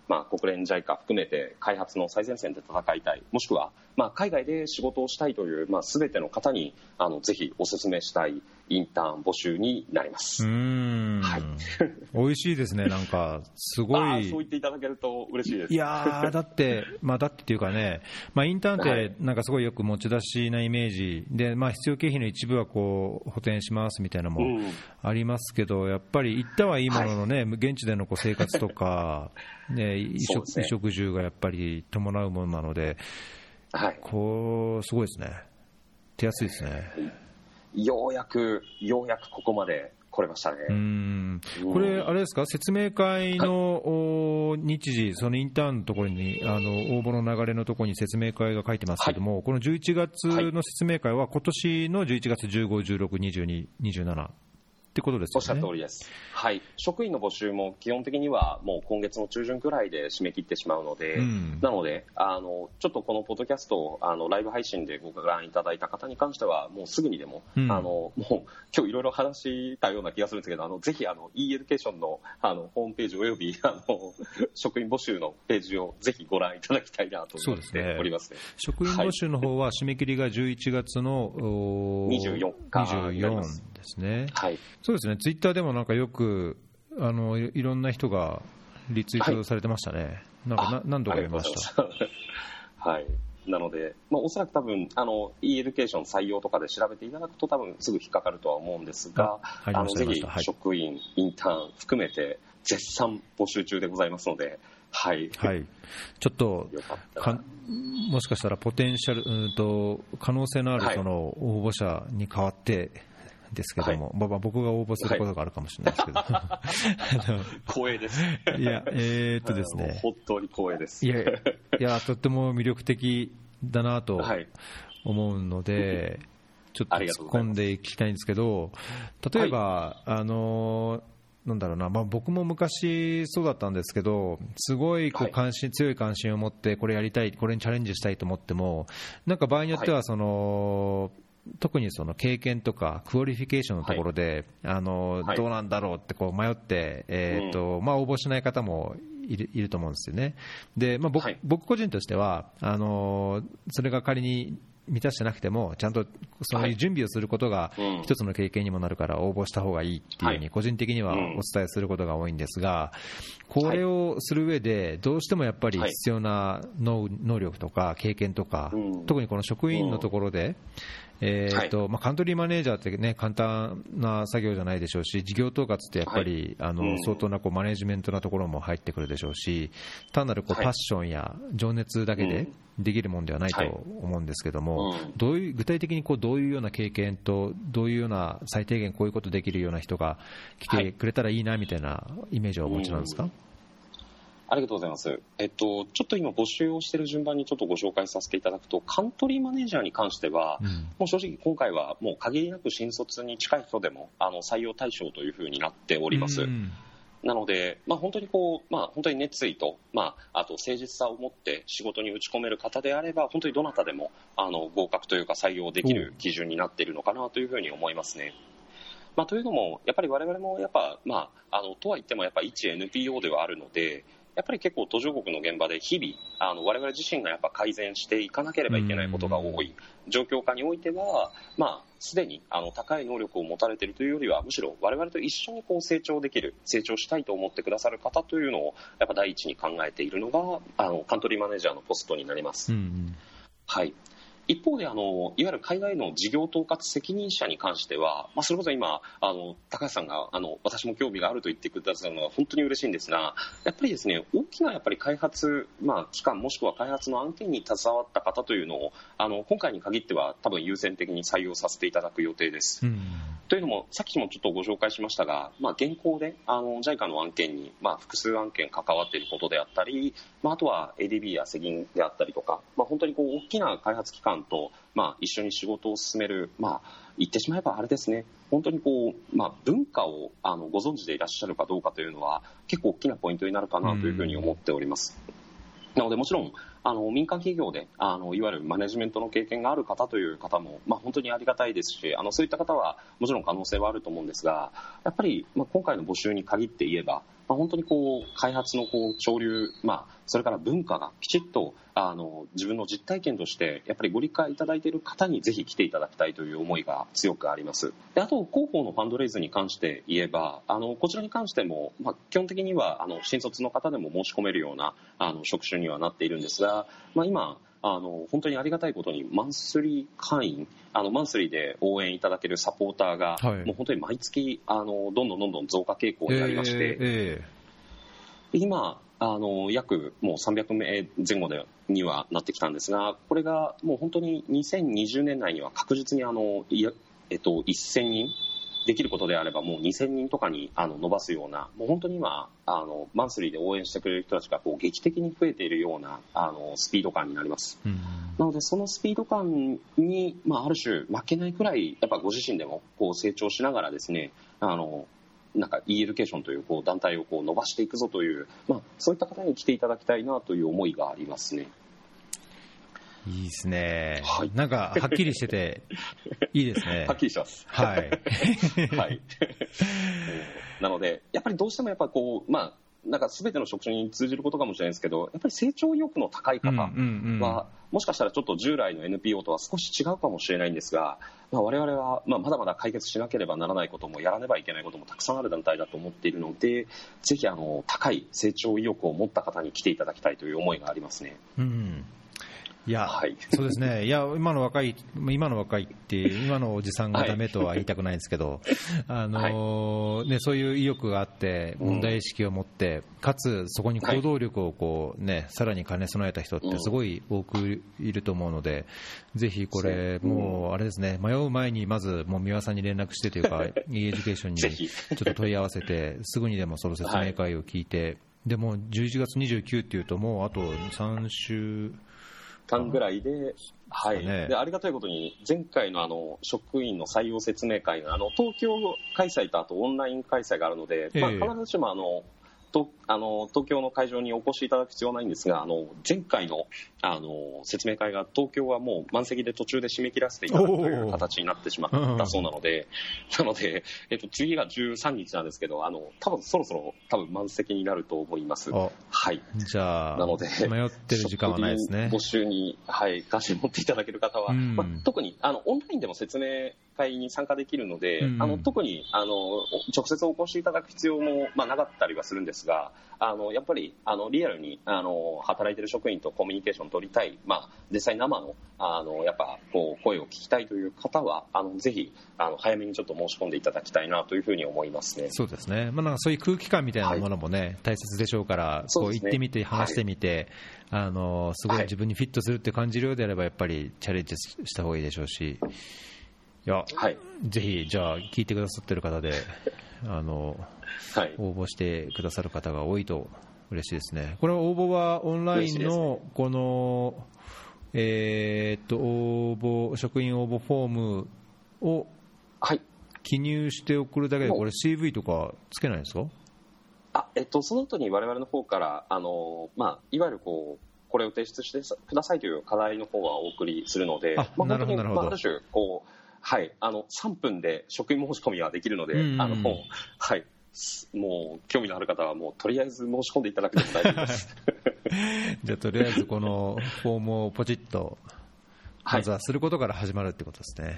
まあ、国連 ジャイカ 含めて開発の最前線で戦いたい、もしくは、まあ、海外で仕事をしたいという、まあ、全ての方にあのぜひお勧めしたいインターン募集になります。 うーん、はい、美味しいですね。なんかすごい、 そう言っていただけると嬉しいです。 いやだって、まあ、だってっていうかね、まあ、インターンってなんかすごいよく持ち出しなイメージで、まあ、必要経費の一部はこう補填しますみたいなのもありますけど、やっぱり行ったはいいもののね、はい、現地でのこう生活とか、ね、衣食、衣食住がやっぱり伴うものなので、はい、こうすごいですね。手厚いですね。 ようやくようやくここまで来れましたね。 うーん、これあれですか、説明会の、はい、日時、そのインターンのところにあの応募の流れのところに説明会が書いてますけども、はい、このじゅういちがつの説明会は今年のじゅういちがつじゅうご、じゅうろく、にじゅうに、にじゅうななってことですよね。 おっしゃる通りです。はい。職員の募集も基本的にはもう今月の中旬くらいで締め切ってしまうので、うん、なのであのちょっとこのポッドキャストをあのライブ配信でご覧いただいた方に関してはもうすぐにでも、うん、あのもう今日いろいろ話したような気がするんですけど、あのぜひあの e エデュケーションのあのホームページおよびあの職員募集のページをぜひご覧いただきたいなと思っておりますね。 職員募集の方は締め切りがじゅういちがつのにじゅうよっかになります。 ですね。 はい。 そうですね。ツイッターでもなんかよくあの い, いろんな人がリツイートされてましたね。はい、なんかな何度か見ました。 はい。なので、まあ、おそらく多分あの e エデュケーション採用とかで調べていただくと多分すぐ引っかかるとは思うんですが、ああのぜひ職員、はい、インターン含めて絶賛募集中でございますので。はい、 はい、ちょっとかもしかしたらポテンシャル、うんと可能性のあるその応募者に代わってですけども、はい、僕が応募することがあるかもしれないですけど、はい、 光栄です。 いや、えー、っとですね、 本当に光栄です。 いやいや、とっても魅力的だなと思うので、はい、ちょっと突っ込んでいきたいんですけど、例えば、はい、あのなんだろうな、まあ、僕も昔そうだったんですけど、すごいこう関心、はい、強い関心を持ってこれやりたい、これにチャレンジしたいと思っても、なんか場合によってはその、はい、特にその経験とかクオリフィケーションのところで、はい、あのはい、どうなんだろうってこう迷って、えーとまあ、応募しない方もいる、いると思うんですよね。で、まあ、僕、はい、僕個人としてはあのそれが仮に満たしてなくてもちゃんとそういう準備をすることが一つの経験にもなるから応募した方がいいっていうふうに個人的にはお伝えすることが多いんですが、これをする上でどうしてもやっぱり必要な能力とか経験とか、特にこの職員のところでえーとまあ、カントリーマネージャーって、ね、簡単な作業じゃないでしょうし、事業統括ってやっぱり、はい、あのうん、相当なこうマネジメントなところも入ってくるでしょうし、単なるこうパッションや情熱だけでできるものではないと思うんですけども、はい、どういう具体的にこうどういうような経験とどういうような最低限こういうことできるような人が来てくれたらいいなみたいなイメージはお持ちなんですか？うん、 ありがとうございます。えっと、ちょっと今募集をしている順番にちょっとご紹介させていただくと、カントリーマネージャーに関しては、うん、もう正直今回はもう限りなく新卒に近い人でもあの採用対象というふうになっております。うん、なので、まあ、本当にこう、まあ、本当に熱意と、まあ、あと誠実さを持って仕事に打ち込める方であれば、本当にどなたでもあの合格というか採用できる基準になっているのかなというふうに思いますね。まあ、というのも、やっぱり我々もやっぱ、まあ、あのとはいってもやっぱ一 エヌピーオー ではあるので、やっぱり結構途上国の現場で日々あの我々自身がやっぱ改善していかなければいけないことが多い状況下においては、まあ、すでにあの高い能力を持たれているというよりは、むしろ我々と一緒にこう成長できる、成長したいと思ってくださる方というのをやっぱ第一に考えているのがあのカントリーマネージャーのポストになります。うんうん、はい。一方であのいわゆる海外の事業統括責任者に関しては、まあ、それこそ今あの高橋さんがあの私も興味があると言ってくださるのは本当に嬉しいんですが、やっぱりですね、大きなやっぱり開発、まあ、機関もしくは開発の案件に携わった方というのをあの今回に限っては多分優先的に採用させていただく予定です。うん、というのもさっきもちょっとご紹介しましたが、まあ、現行であの ジャイカ の案件に、まあ、複数案件関わっていることであったり、まあ、あとは エーディービー や責任であったりとか、まあ、本当にこう大きな開発機関と、まあ、一緒に仕事を進める、まあ、言ってしまえばあれですね、本当にこう、まあ、文化をあのご存知でいらっしゃるかどうかというのは結構大きなポイントになるかなというふうに思っております。なのでもちろんあの民間企業であのいわゆるマネジメントの経験がある方という方も、まあ、本当にありがたいですし、あのそういった方はもちろん可能性はあると思うんですが、やっぱり、まあ、今回の募集に限って言えば、まあ、本当にこう開発のこう潮流、まあ、それから文化がきちっとあの自分の実体験としてやっぱりご理解いただいている方にぜひ来ていただきたいという思いが強くあります。で、あと広報のファンドレイズに関して言えば、あのこちらに関しても、まあ、基本的にはあの新卒の方でも申し込めるようなあの職種にはなっているんですが、まあ、今あの本当にありがたいことにマンスリー会員、あのマンスリーで応援いただけるサポーターが、はい、もう本当に毎月あのどんどんどんどん増加傾向にありまして、えーえー、今あの約もうさんびゃくめいぜん後でにはなってきたんですが、これがもう本当ににせんにじゅうねん内には確実にあのいや、えっと、せんにんできることであればもうにせんにんとかにあの伸ばすような、もう本当に今あのマンスリーで応援してくれる人たちがこう劇的に増えているようなあのスピード感になります、うん、なのでそのスピード感に、まあ、ある種負けないくらいやっぱご自身でもこう成長しながらですね、あのなんか イーエデュケーションというこう団体をこう伸ばしていくぞという、まあ、そういった方に来ていただきたいなという思いがありますね。 いいですね、はい、なんかはっきりしてていいですね。 はっきりします。はい、はい、なのでやっぱりどうしてもやっぱこう、まあなんか全ての職種に通じることかもしれないですけど、やっぱり成長意欲の高い方は、うんうんうん、もしかしたらちょっと従来の エヌピーオー とは少し違うかもしれないんですが、まあ、我々はまあまだまだ解決しなければならないこともやらねばいけないこともたくさんある団体だと思っているので、ぜひあの高い成長意欲を持った方に来ていただきたいという思いがありますね。うん、 いや、はい、そうですね。いや、今の若い、今の若いって、今のおじさんがダメとは言いたくないんですけど、はい、あのー、ね、そういう意欲があって、問題意識を持って、うん、かつそこに行動力をこうね、さらに兼ね備えた人ってすごい多くいると思うので、うん、ぜひこれ、もうあれですね、迷う前にまずもう三輪さんに連絡してというか、イーエデュケーションにちょっと問い合わせて、すぐにでもその説明会を聞いて、はい、でもじゅういちがつにじゅうくっていうと、もうあとさん週間ぐらいで、はい、でありがたいことに前回のあの職員の採用説明会があの東京開催とあとオンライン開催があるので、えーまあ、必ずしもあのとあの東京の会場にお越しいただく必要はないんですが、あの前回のあの説明会が東京はもう満席で途中で締め切らせていただくという形になってしまったそうなので、なので、えっと、次がじゅうさんにちなんですけど、あの多分そろそろ多分満席になると思います。はい、 じゃあなので迷ってる時間はないですね。 募集に、はい、関心持っていただける方は、まあ、特にあのオンラインでも説明会に参加できるので、うん、あの特にあの直接お越しいただく必要も、まあ、なかったりはするんですが、あのやっぱりあのリアルにあの働いている職員とコミュニケーションを取りたい、まあ、実際生の、あのやっぱこう声を聞きたいという方はあのぜひあの早めにちょっと申し込んでいただきたいなというふうに思いますね。 そうですね、まあ、なんかそういう空気感みたいなものもね、はい、大切でしょうから、こう行ってみて話してみて、はい、あのすごい自分にフィットするって感じるようであればやっぱりチャレンジした方がいいでしょうし、いや、はい、ぜひじゃあ聞いてくださってる方であの、はい、応募してくださる方が多いと嬉しいですね。これは応募はオンラインのこの、えー、っと応募職員応募フォームを記入して送るだけで、これ シーブイ とかつけないんですか？ あ、えっと、その後に我々の方からあの、まあ、いわゆるこうこれを提出してくださいという課題の方はお送りするので、あ、まあ、本当に、まあ、ある種こう、はい、あのさんぷんで職員申し込みはできるので、うんうん、あのはい、もう興味のある方はもうとりあえず申し込んでいただくでも大丈夫ですじゃあとりあえずこのフォームをポチッとまずはすることから始まるってことですね。はい、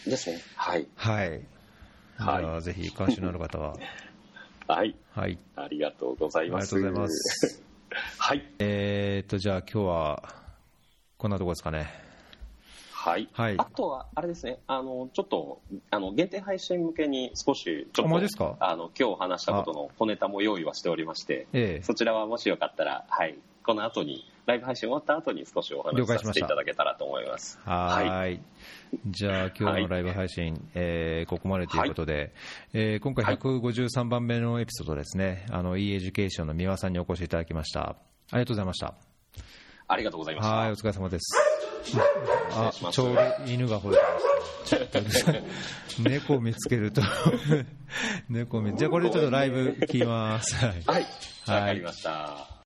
ですね。はい、 はい、じゃあぜひ関心のある方ははい、はい、ありがとうございます。 ありがとうございますはい、えー、っとじゃあ今日はこんなところですかね。 はい、はい、あとはあれですね、あのちょっとあの限定配信向けに少しちょっとあの今日話したことの小ネタも用意はしておりまして、ええ、そちらはもしよかったら、はい、この後にライブ配信終わった後に少しお話しさせていただけたらと思います。 はい、はい、じゃあ今日のライブ配信、はい、えー、ここまでということで、はい、えー、今回ひゃくごじゅうさんばんめのエピソードですね、あの e エデュケーションの三輪さんにお越しいただきました。ありがとうございました。 ありがとうございました。 はい、お疲れ様です。あ、ちょうど犬が吠えてました。猫を見つけると猫を見つける。じゃあこれちょっとライブ切ります。 はい、わかりました。